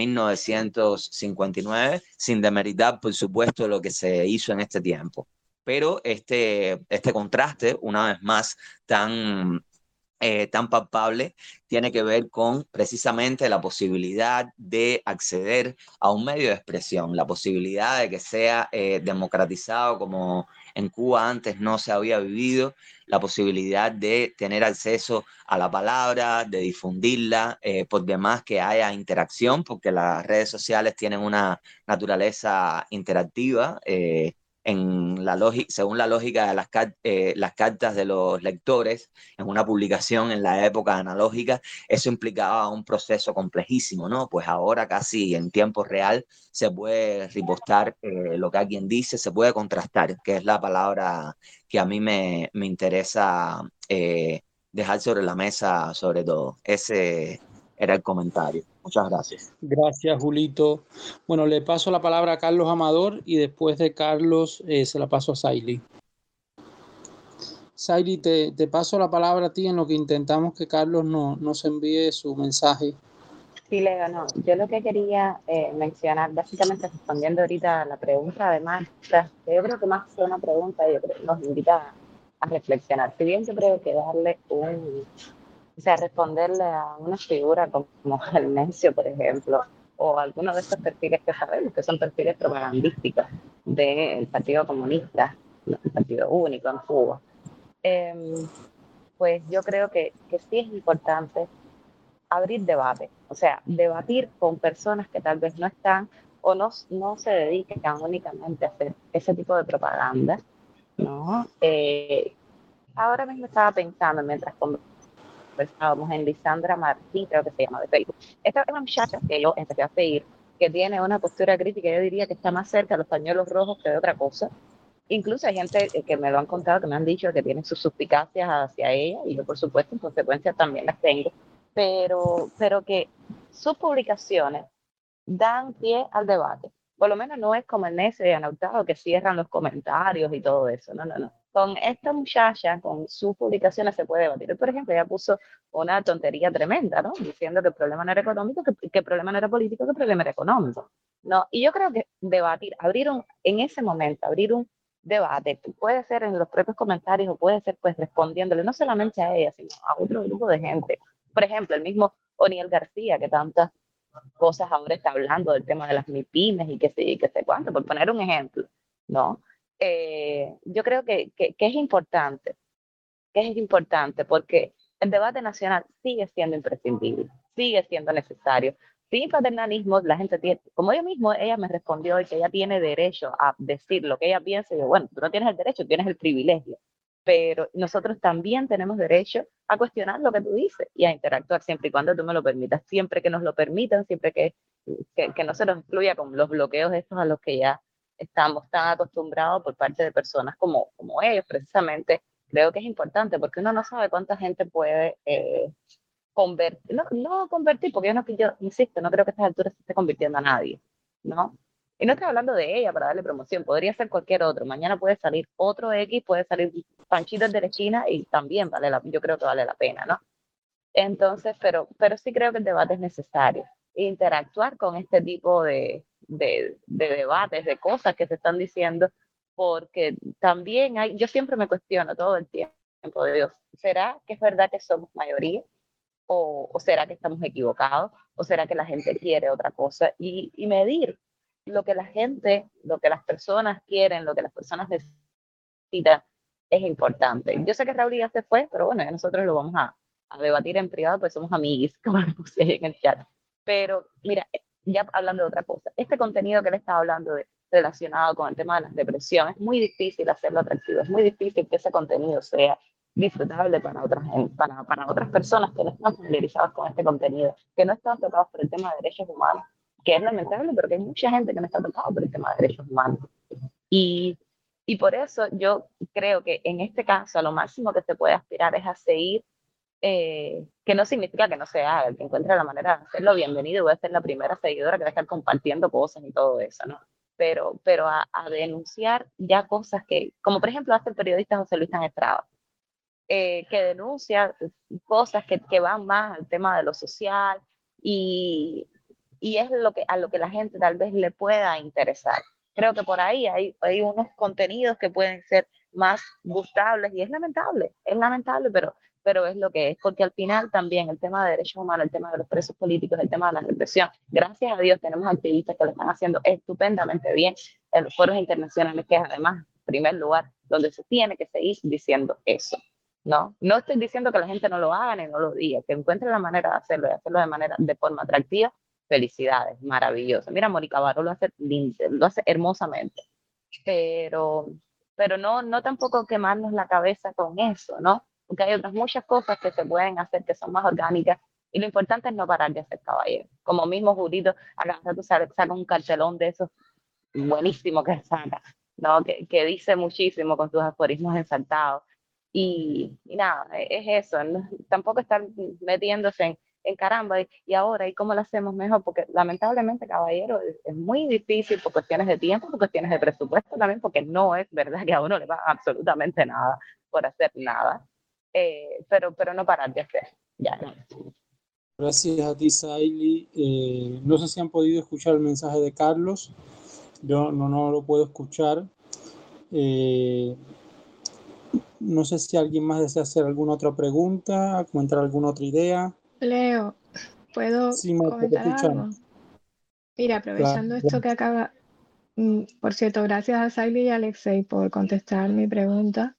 1959, sin demeritar, por supuesto, lo que se hizo en este tiempo. Pero este contraste, una vez más, tan palpable, tiene que ver con precisamente la posibilidad de acceder a un medio de expresión, la posibilidad de que sea democratizado como en Cuba antes no se había vivido, la posibilidad de tener acceso a la palabra, de difundirla, por demás que haya interacción, porque las redes sociales tienen una naturaleza interactiva, según la lógica de las cartas de los lectores en una publicación en la época analógica. Eso implicaba un proceso complejísimo, ¿no? Pues ahora casi en tiempo real se puede ripostar lo que alguien dice, se puede contrastar, que es la palabra que a mí me interesa dejar sobre la mesa, sobre todo. Ese era el comentario. Muchas gracias. Gracias, Julito. Bueno, le paso la palabra a Carlos Amador y después de Carlos se la paso a Saily. Saily, te paso la palabra a ti en lo que intentamos que Carlos nos envíe su mensaje. Sí, Leo, no. Yo lo que quería mencionar, básicamente respondiendo ahorita a la pregunta de Marta, que yo creo que más que una pregunta, yo creo que nos invita a reflexionar. Si bien yo creo que responderle a una figura como el necio, por ejemplo, o alguno de estos perfiles que sabemos que son perfiles propagandísticos del Partido Comunista, un partido único en Cuba. Pues yo creo que sí es importante abrir debate, o sea, debatir con personas que tal vez no están o no se dedican únicamente a hacer ese tipo de propaganda, ¿no? Ahora mismo estaba pensando mientras conversábamos en Lisandra Martí, creo que se llama, de Facebook. Esta es una muchacha que yo empecé a seguir, que tiene una postura crítica, yo diría que está más cerca de los pañuelos rojos que de otra cosa. Incluso hay gente que me lo han contado, que me han dicho que tienen sus suspicacias hacia ella, y yo por supuesto en consecuencia también las tengo, pero que sus publicaciones dan pie al debate. Por lo menos no es como el necio y Anautado que cierran los comentarios y todo eso, no. Con esta muchacha, con sus publicaciones se puede debatir. Por ejemplo, ella puso una tontería tremenda, ¿no? Diciendo que el problema no era económico, que el problema no era político, que el problema era económico, ¿no? Y yo creo que debatir, en ese momento, abrir un debate, puede ser en los propios comentarios o puede ser pues respondiéndole no solamente a ella, sino a otro grupo de gente. Por ejemplo, el mismo Oniel García, que tantas cosas ahora está hablando del tema de las MIPYMES y que sé cuánto, por poner un ejemplo, ¿no? Yo creo que es importante, porque el debate nacional sigue siendo imprescindible, sigue siendo necesario. Sin paternalismo, la gente tiene, como ella me respondió hoy que ella tiene derecho a decir lo que ella piensa, y yo, bueno, tú no tienes el derecho, tienes el privilegio, pero nosotros también tenemos derecho a cuestionar lo que tú dices y a interactuar siempre y cuando tú me lo permitas, siempre que nos lo permitan, siempre que no se nos excluya con los bloqueos estos a los que ya estamos tan acostumbrados por parte de personas como ellos, precisamente. Creo que es importante porque uno no sabe cuánta gente puede convertir, no convertir, porque yo insisto, no creo que a estas alturas se esté convirtiendo a nadie, ¿no? Y no estoy hablando de ella para darle promoción, podría ser cualquier otro. Mañana puede salir otro X, puede salir Panchito de la China y también yo creo que vale la pena, ¿no? Entonces, pero sí creo que el debate es necesario. Interactuar con este tipo de debates, de cosas que se están diciendo, porque también yo siempre me cuestiono todo el tiempo, Dios, ¿será que es verdad que somos mayoría? ¿O será que estamos equivocados? ¿O será que la gente quiere otra cosa? Y medir lo que la gente, lo que las personas quieren, lo que las personas necesitan, es importante. Yo sé que Raúl ya se fue, pero bueno, ya nosotros lo vamos a debatir en privado, pues somos amiguis, como le puse ahí en el chat. Pero mira, ya hablando de otra cosa, este contenido que le estaba hablando relacionado con el tema de la depresión, es muy difícil hacerlo atractivo, es muy difícil que ese contenido sea disfrutable para otras personas que no están familiarizadas con este contenido, que no están tocados por el tema de derechos humanos, que es lamentable, pero que hay mucha gente que no está tocada por el tema de derechos humanos. Y por eso yo creo que en este caso a lo máximo que se puede aspirar es a seguir, que no significa que no se haga, el que encuentre la manera de hacerlo, bienvenido, voy a ser la primera seguidora que va a estar compartiendo cosas y todo eso, ¿no? Pero a denunciar ya cosas que, como por ejemplo hace el periodista José Luis Tan Estrada, que denuncia cosas que van más al tema de lo social y es a lo que la gente tal vez le pueda interesar. Creo que por ahí hay unos contenidos que pueden ser más gustables y es lamentable, pero es lo que es, porque al final también el tema de derechos humanos, el tema de los presos políticos, el tema de la represión, gracias a Dios tenemos activistas que lo están haciendo estupendamente bien en los foros internacionales, que es además, en primer lugar, donde se tiene que seguir diciendo eso. No estoy diciendo que la gente no lo haga ni no lo diga, que encuentre la manera de hacerlo y hacerlo de forma atractiva. Felicidades, maravilloso. Mira, Mónica Baró lo hace hermosamente, pero no tampoco quemarnos la cabeza con eso, ¿no? Porque hay otras muchas cosas que se pueden hacer que son más orgánicas y lo importante es no parar de hacer caballero. Como mismo Jurito, acá tú saca un cartelón de esos buenísimo que saca, ¿no? Que dice muchísimo con sus aforismos ensaltados. Y nada, es eso, ¿no? Tampoco estar metiéndose en caramba y ahora, ¿y cómo lo hacemos mejor? Porque lamentablemente, caballero, es muy difícil por cuestiones de tiempo, por cuestiones de presupuesto también, porque no es verdad que a uno le va absolutamente nada por hacer nada, pero no parar de hacer, ya no. Gracias a ti, Saily. No sé si han podido escuchar el mensaje de Carlos. Yo no lo puedo escuchar. No sé si alguien más desea hacer alguna otra pregunta, comentar alguna otra idea. Leo, ¿puedo comentar algo? Mira, aprovechando esto que acaba Por cierto, gracias a Saily y Alexei por contestar mi pregunta.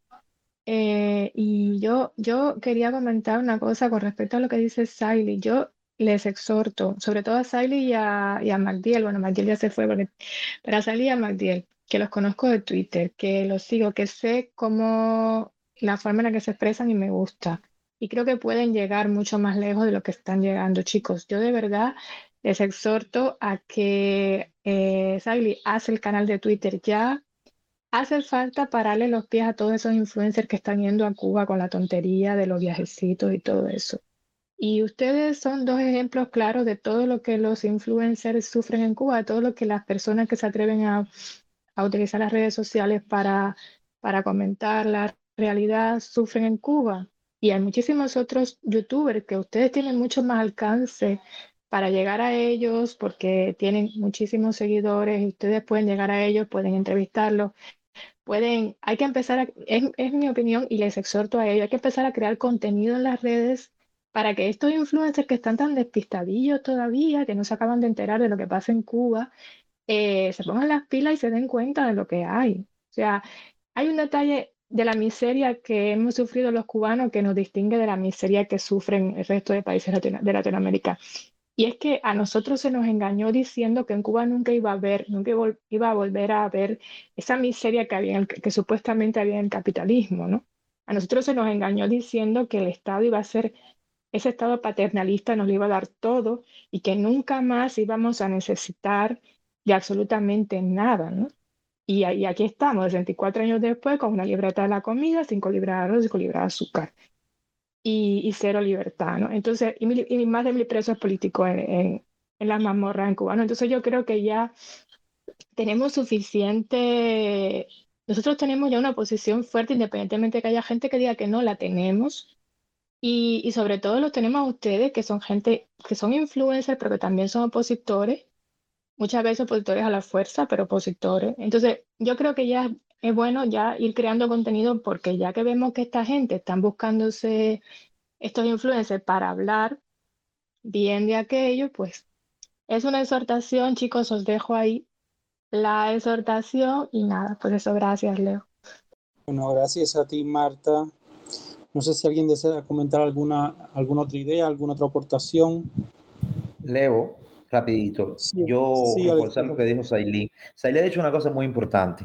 Y yo quería comentar una cosa con respecto a lo que dice Saily. Yo les exhorto, sobre todo a Saily y a Magdiel, bueno, Magdiel ya se fue, pero a Saily y a Magdiel, que los conozco de Twitter, que los sigo, que sé cómo la forma en la que se expresan y me gusta. Y creo que pueden llegar mucho más lejos de lo que están llegando, chicos. Yo de verdad les exhorto a que Saily hace el canal de Twitter ya. Hace falta pararle los pies a todos esos influencers que están yendo a Cuba con la tontería de los viajecitos y todo eso. Y ustedes son dos ejemplos claros de todo lo que los influencers sufren en Cuba, de todo lo que las personas que se atreven a utilizar las redes sociales para comentar la realidad sufren en Cuba. Y hay muchísimos otros youtubers que ustedes tienen mucho más alcance para llegar a ellos porque tienen muchísimos seguidores y ustedes pueden llegar a ellos, pueden entrevistarlos. Hay que empezar es mi opinión y les exhorto a ello, hay que empezar a crear contenido en las redes para que estos influencers que están tan despistadillos todavía, que no se acaban de enterar de lo que pasa en Cuba, se pongan las pilas y se den cuenta de lo que hay. O sea, hay un detalle de la miseria que hemos sufrido los cubanos que nos distingue de la miseria que sufren el resto de países de Latinoamérica. Y es que a nosotros se nos engañó diciendo que en Cuba nunca iba a volver a haber esa miseria que supuestamente había en el capitalismo, ¿no? A nosotros se nos engañó diciendo que el Estado iba a ser, ese Estado paternalista nos lo iba a dar todo y que nunca más íbamos a necesitar de absolutamente nada, ¿no? Y aquí estamos, 64 años después, con una libreta de la comida, 5 libras de arroz, 5 libras de azúcar y cero libertad, ¿no? Entonces, y más de 1.000 presos políticos en las mazmorras en Cuba, ¿no? Entonces yo creo que ya tenemos suficiente, nosotros tenemos ya una posición fuerte, independientemente de que haya gente que diga que no la tenemos, y sobre todo los tenemos a ustedes, que son gente, que son influencers, pero que también son opositores, muchas veces opositores a la fuerza, pero opositores. Entonces, yo creo que ya es bueno ya ir creando contenido porque ya que vemos que esta gente están buscándose estos influencers para hablar bien de aquello, pues es una exhortación, chicos, os dejo ahí la exhortación y nada, pues eso, gracias, Leo. Bueno, gracias a ti, Marta. No sé si alguien desea comentar alguna otra idea, alguna otra aportación. Leo, rapidito. Sí, Reforzar lo que dijo Saily. Saily ha dicho una cosa muy importante.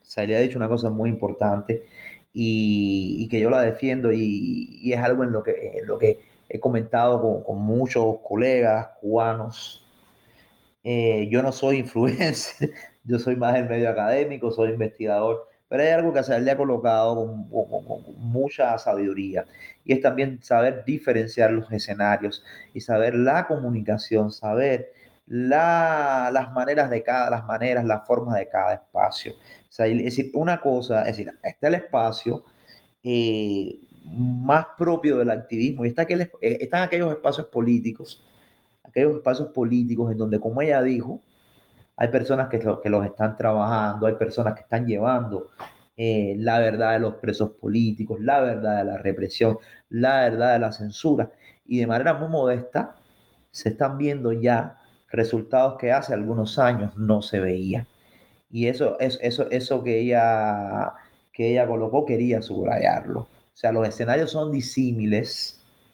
Y que yo la defiendo y es algo en lo que he comentado con muchos colegas cubanos. Yo no soy influencer, yo soy más el medio académico, soy investigador, pero hay algo que se le ha colocado con mucha sabiduría y es también saber diferenciar los escenarios y saber la comunicación, saber las maneras, las formas de cada espacio. O sea, es decir, una cosa, es decir, está el espacio más propio del activismo y están aquellos espacios políticos en donde, como ella dijo, hay personas que los están trabajando, hay personas que están llevando la verdad de los presos políticos, la verdad de la represión, la verdad de la censura, y de manera muy modesta se están viendo ya resultados que hace algunos años no se veían. Y eso que ella colocó, quería subrayarlo. O sea, los escenarios son disímiles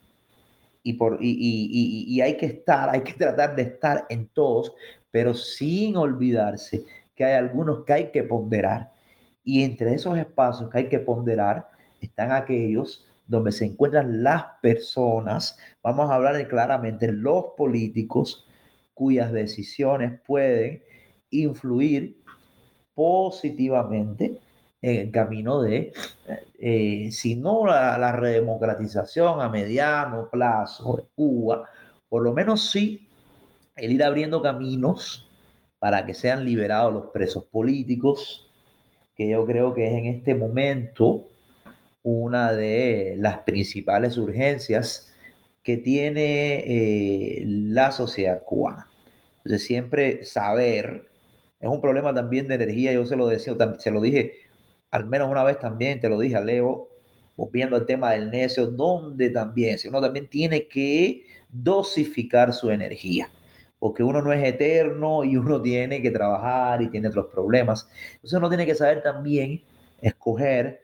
y hay que tratar de estar en todos, pero sin olvidarse que hay algunos que hay que ponderar. Y entre esos espacios que hay que ponderar están aquellos donde se encuentran las personas, vamos a hablar claramente, los políticos cuyas decisiones pueden influir positivamente en el camino de, si no la redemocratización a mediano plazo de Cuba, por lo menos sí el ir abriendo caminos para que sean liberados los presos políticos, que yo creo que es en este momento una de las principales urgencias que tiene la sociedad cubana. Entonces siempre saber, es un problema también de energía, yo se lo dije al menos una vez también, te lo dije a Leo, volviendo al tema del necio, donde también, si uno también tiene que dosificar su energía. porque uno no es eterno y uno tiene que trabajar y tiene otros problemas. Entonces uno tiene que saber también escoger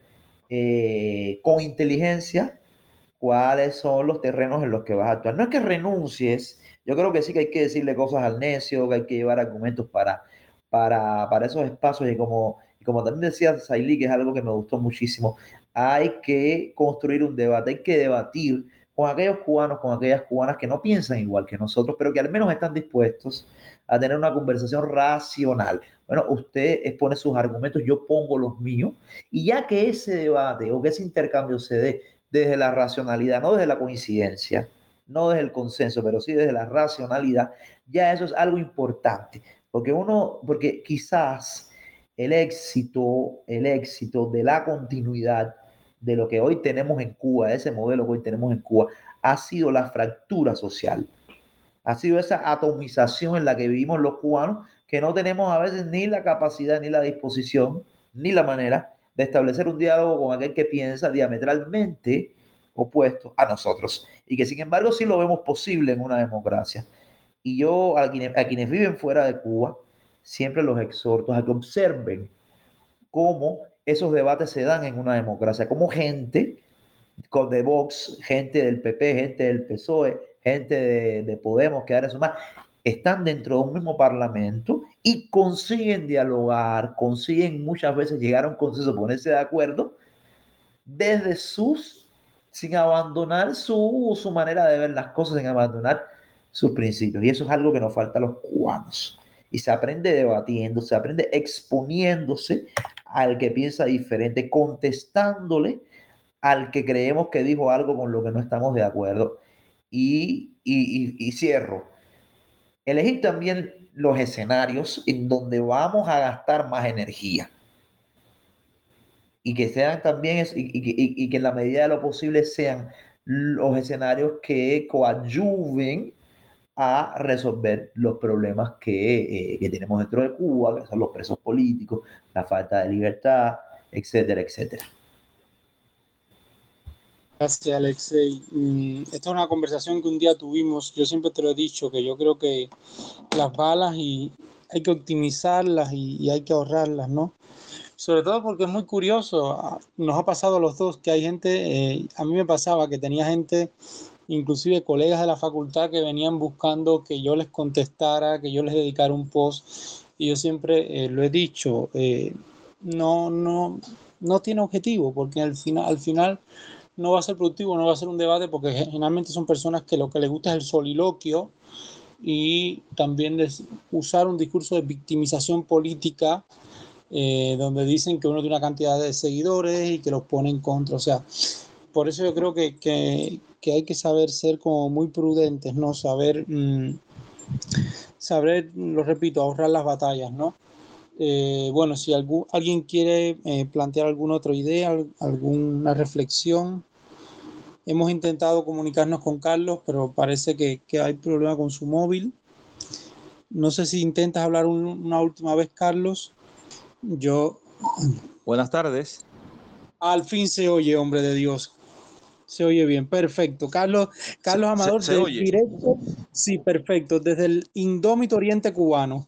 con inteligencia cuáles son los terrenos en los que vas a actuar. No es que renuncies, yo creo que sí que hay que decirle cosas al necio, que hay que llevar argumentos para esos espacios y como también decía Sailí, que es algo que me gustó muchísimo, hay que construir un debate, hay que debatir con aquellos cubanos, con aquellas cubanas que no piensan igual que nosotros, pero que al menos están dispuestos a tener una conversación racional. Bueno, usted expone sus argumentos, yo pongo los míos, y ya que ese debate o que ese intercambio se dé desde la racionalidad, no desde la coincidencia, no desde el consenso, pero sí desde la racionalidad, ya eso es algo importante, porque quizás el éxito de la continuidad de lo que hoy tenemos en Cuba, ese modelo que hoy tenemos en Cuba, ha sido la fractura social, ha sido esa atomización en la que vivimos los cubanos, que no tenemos a veces ni la capacidad, ni la disposición, ni la manera de establecer un diálogo con aquel que piensa diametralmente opuesto a nosotros y que sin embargo sí lo vemos posible en una democracia. Y yo a quienes viven fuera de Cuba siempre los exhorto a que observen cómo esos debates se dan en una democracia, cómo gente de Vox, gente del PP, gente del PSOE, gente de Podemos, que ahora es más, están dentro de un mismo parlamento y consiguen dialogar, consiguen muchas veces llegar a un consenso, ponerse de acuerdo desde sin abandonar su manera de ver las cosas, sin abandonar sus principios. Y eso es algo que nos falta a los cubanos. Y se aprende debatiendo, se aprende exponiéndose al que piensa diferente, contestándole al que creemos que dijo algo con lo que no estamos de acuerdo. Y cierro. Elegir también los escenarios en donde vamos a gastar más energía. Y que sean también, y que en la medida de lo posible sean los escenarios que coadyuven a resolver los problemas que tenemos dentro de Cuba, que son los presos políticos, la falta de libertad, etcétera, etcétera. Gracias, Alexei. Esta es una conversación que un día tuvimos. Yo siempre te lo he dicho, que yo creo que las balas hay que optimizarlas y hay que ahorrarlas, ¿no? Sobre todo porque es muy curioso. Nos ha pasado a los dos que hay gente, a mí me pasaba que tenía gente, inclusive colegas de la facultad, que venían buscando que yo les contestara, que yo les dedicara un post. Y yo siempre lo he dicho, no tiene objetivo, porque al final no va a ser productivo, no va a ser un debate, porque generalmente son personas que lo que les gusta es el soliloquio y también usar un discurso de victimización política, donde dicen que uno tiene una cantidad de seguidores y que los pone en contra. O sea, por eso yo creo que hay que saber ser como muy prudentes, ¿no? Saber, lo repito, ahorrar las batallas, ¿no? Bueno, si alguien quiere plantear alguna otra idea, alguna reflexión. Hemos intentado comunicarnos con Carlos, pero parece que hay problema con su móvil. No sé si intentas hablar una última vez, Carlos. Buenas tardes. Al fin se oye, hombre de Dios. Se oye bien, perfecto. Carlos Amador, ¿Se oye? Directo. Sí, perfecto, desde el indómito oriente cubano.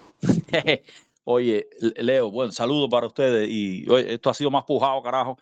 Oye, Leo, bueno, saludo para ustedes. Y oye, esto ha sido más pujado, carajo.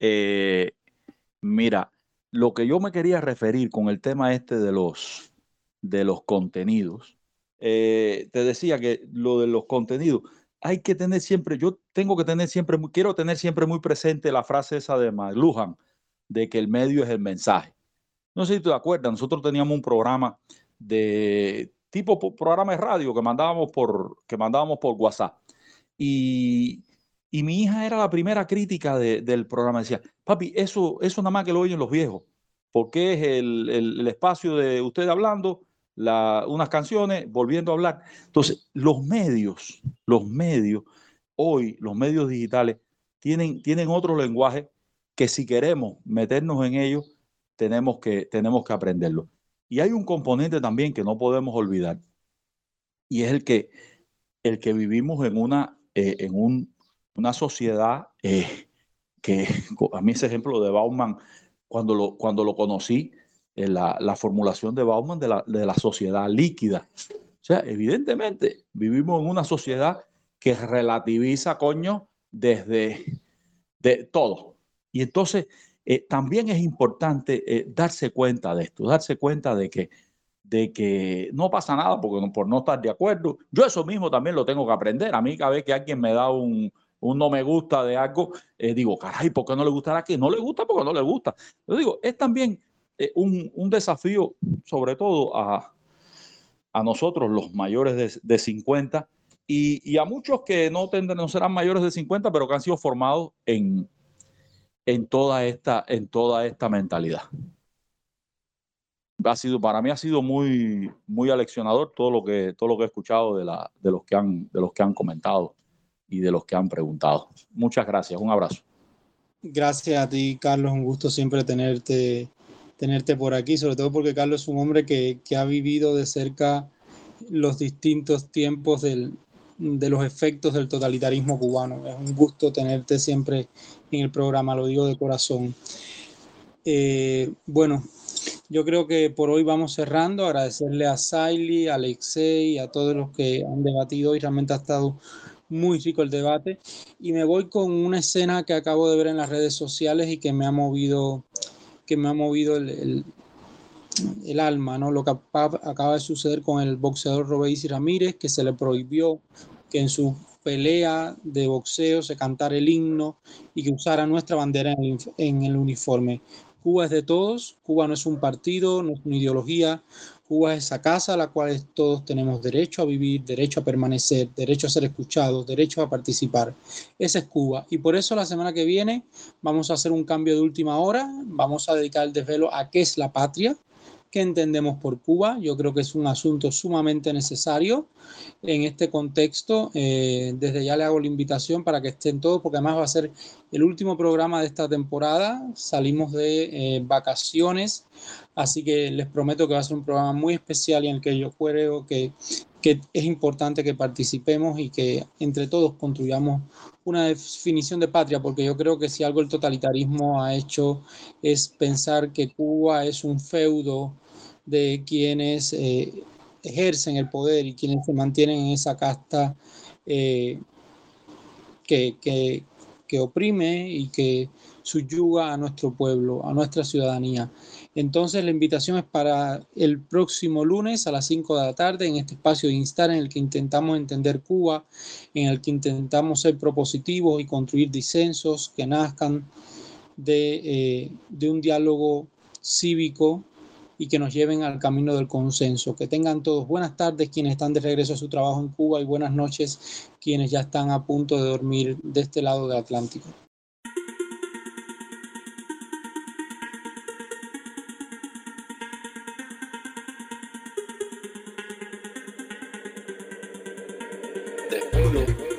Mira, lo que yo me quería referir con el tema este de los contenidos, te decía que lo de los contenidos, hay que tener siempre, quiero tener siempre muy presente la frase esa de McLuhan, de que el medio es el mensaje. No sé si te acuerdas, nosotros teníamos un programa de tipo programa de radio que mandábamos por WhatsApp. Y mi hija era la primera crítica del programa. Decía, papi, eso nada más que lo oyen los viejos, porque es el espacio de ustedes hablando, unas canciones, volviendo a hablar. Entonces, los medios hoy, los medios digitales, tienen otro lenguaje que si queremos meternos en ellos, tenemos que aprenderlo. Y hay un componente también que no podemos olvidar, y es el que vivimos en una sociedad que a mí ese ejemplo de Bauman, cuando lo conocí, la formulación de Bauman de la sociedad líquida, O sea, evidentemente vivimos en una sociedad que relativiza, coño, desde de todo. Y entonces también es importante darse cuenta de esto, darse cuenta de que no pasa nada por no estar de acuerdo. Yo eso mismo también lo tengo que aprender. A mí cada vez que alguien me da un no me gusta de algo, digo, caray, ¿por qué no le gustará aquí? No le gusta porque no le gusta. Yo digo, es también un desafío, sobre todo a nosotros, los mayores de 50, y a muchos que no serán mayores de 50, pero que han sido formados en toda esta mentalidad. Para mí ha sido muy, muy aleccionador todo lo que he escuchado de los que han comentado y de los que han preguntado. Muchas gracias, un abrazo. Gracias a ti, Carlos, un gusto siempre tenerte por aquí, sobre todo porque Carlos es un hombre que ha vivido de cerca los distintos tiempos de los efectos del totalitarismo cubano. Es un gusto tenerte siempre en el programa, lo digo de corazón. Bueno, yo creo que por hoy vamos cerrando. Agradecerle a Saily, a Alexei, a todos los que han debatido hoy. Realmente ha estado muy rico el debate. Y me voy con una escena que acabo de ver en las redes sociales y que me ha movido el alma, ¿no? Lo que acaba de suceder con el boxeador Robeisy Ramírez, que se le prohibió que en su pelea de boxeo se cantara el himno y que usara nuestra bandera en el uniforme. Cuba es de todos, Cuba no es un partido, no es una ideología, Cuba es esa casa a la cual todos tenemos derecho a vivir, derecho a permanecer, derecho a ser escuchados, derecho a participar. Esa es Cuba. Y por eso la semana que viene vamos a hacer un cambio de última hora, vamos a dedicar el desvelo a qué es la patria, qué entendemos por Cuba. Yo creo que es un asunto sumamente necesario en este contexto. Desde ya le hago la invitación para que estén todos, porque además va a ser el último programa de esta temporada. Salimos de vacaciones, así que les prometo que va a ser un programa muy especial y en el que yo creo que es importante que participemos y que entre todos construyamos una definición de patria, porque yo creo que si algo el totalitarismo ha hecho es pensar que Cuba es un feudo de quienes ejercen el poder y quienes se mantienen en esa casta que oprime y que subyuga a nuestro pueblo, a nuestra ciudadanía. Entonces la invitación es para el próximo lunes a las 5 de la tarde en este espacio de Instar, en el que intentamos entender Cuba, en el que intentamos ser propositivos y construir disensos que nazcan de un diálogo cívico y que nos lleven al camino del consenso. Que tengan todos buenas tardes quienes están de regreso a su trabajo en Cuba y buenas noches quienes ya están a punto de dormir de este lado del Atlántico. Desvelo.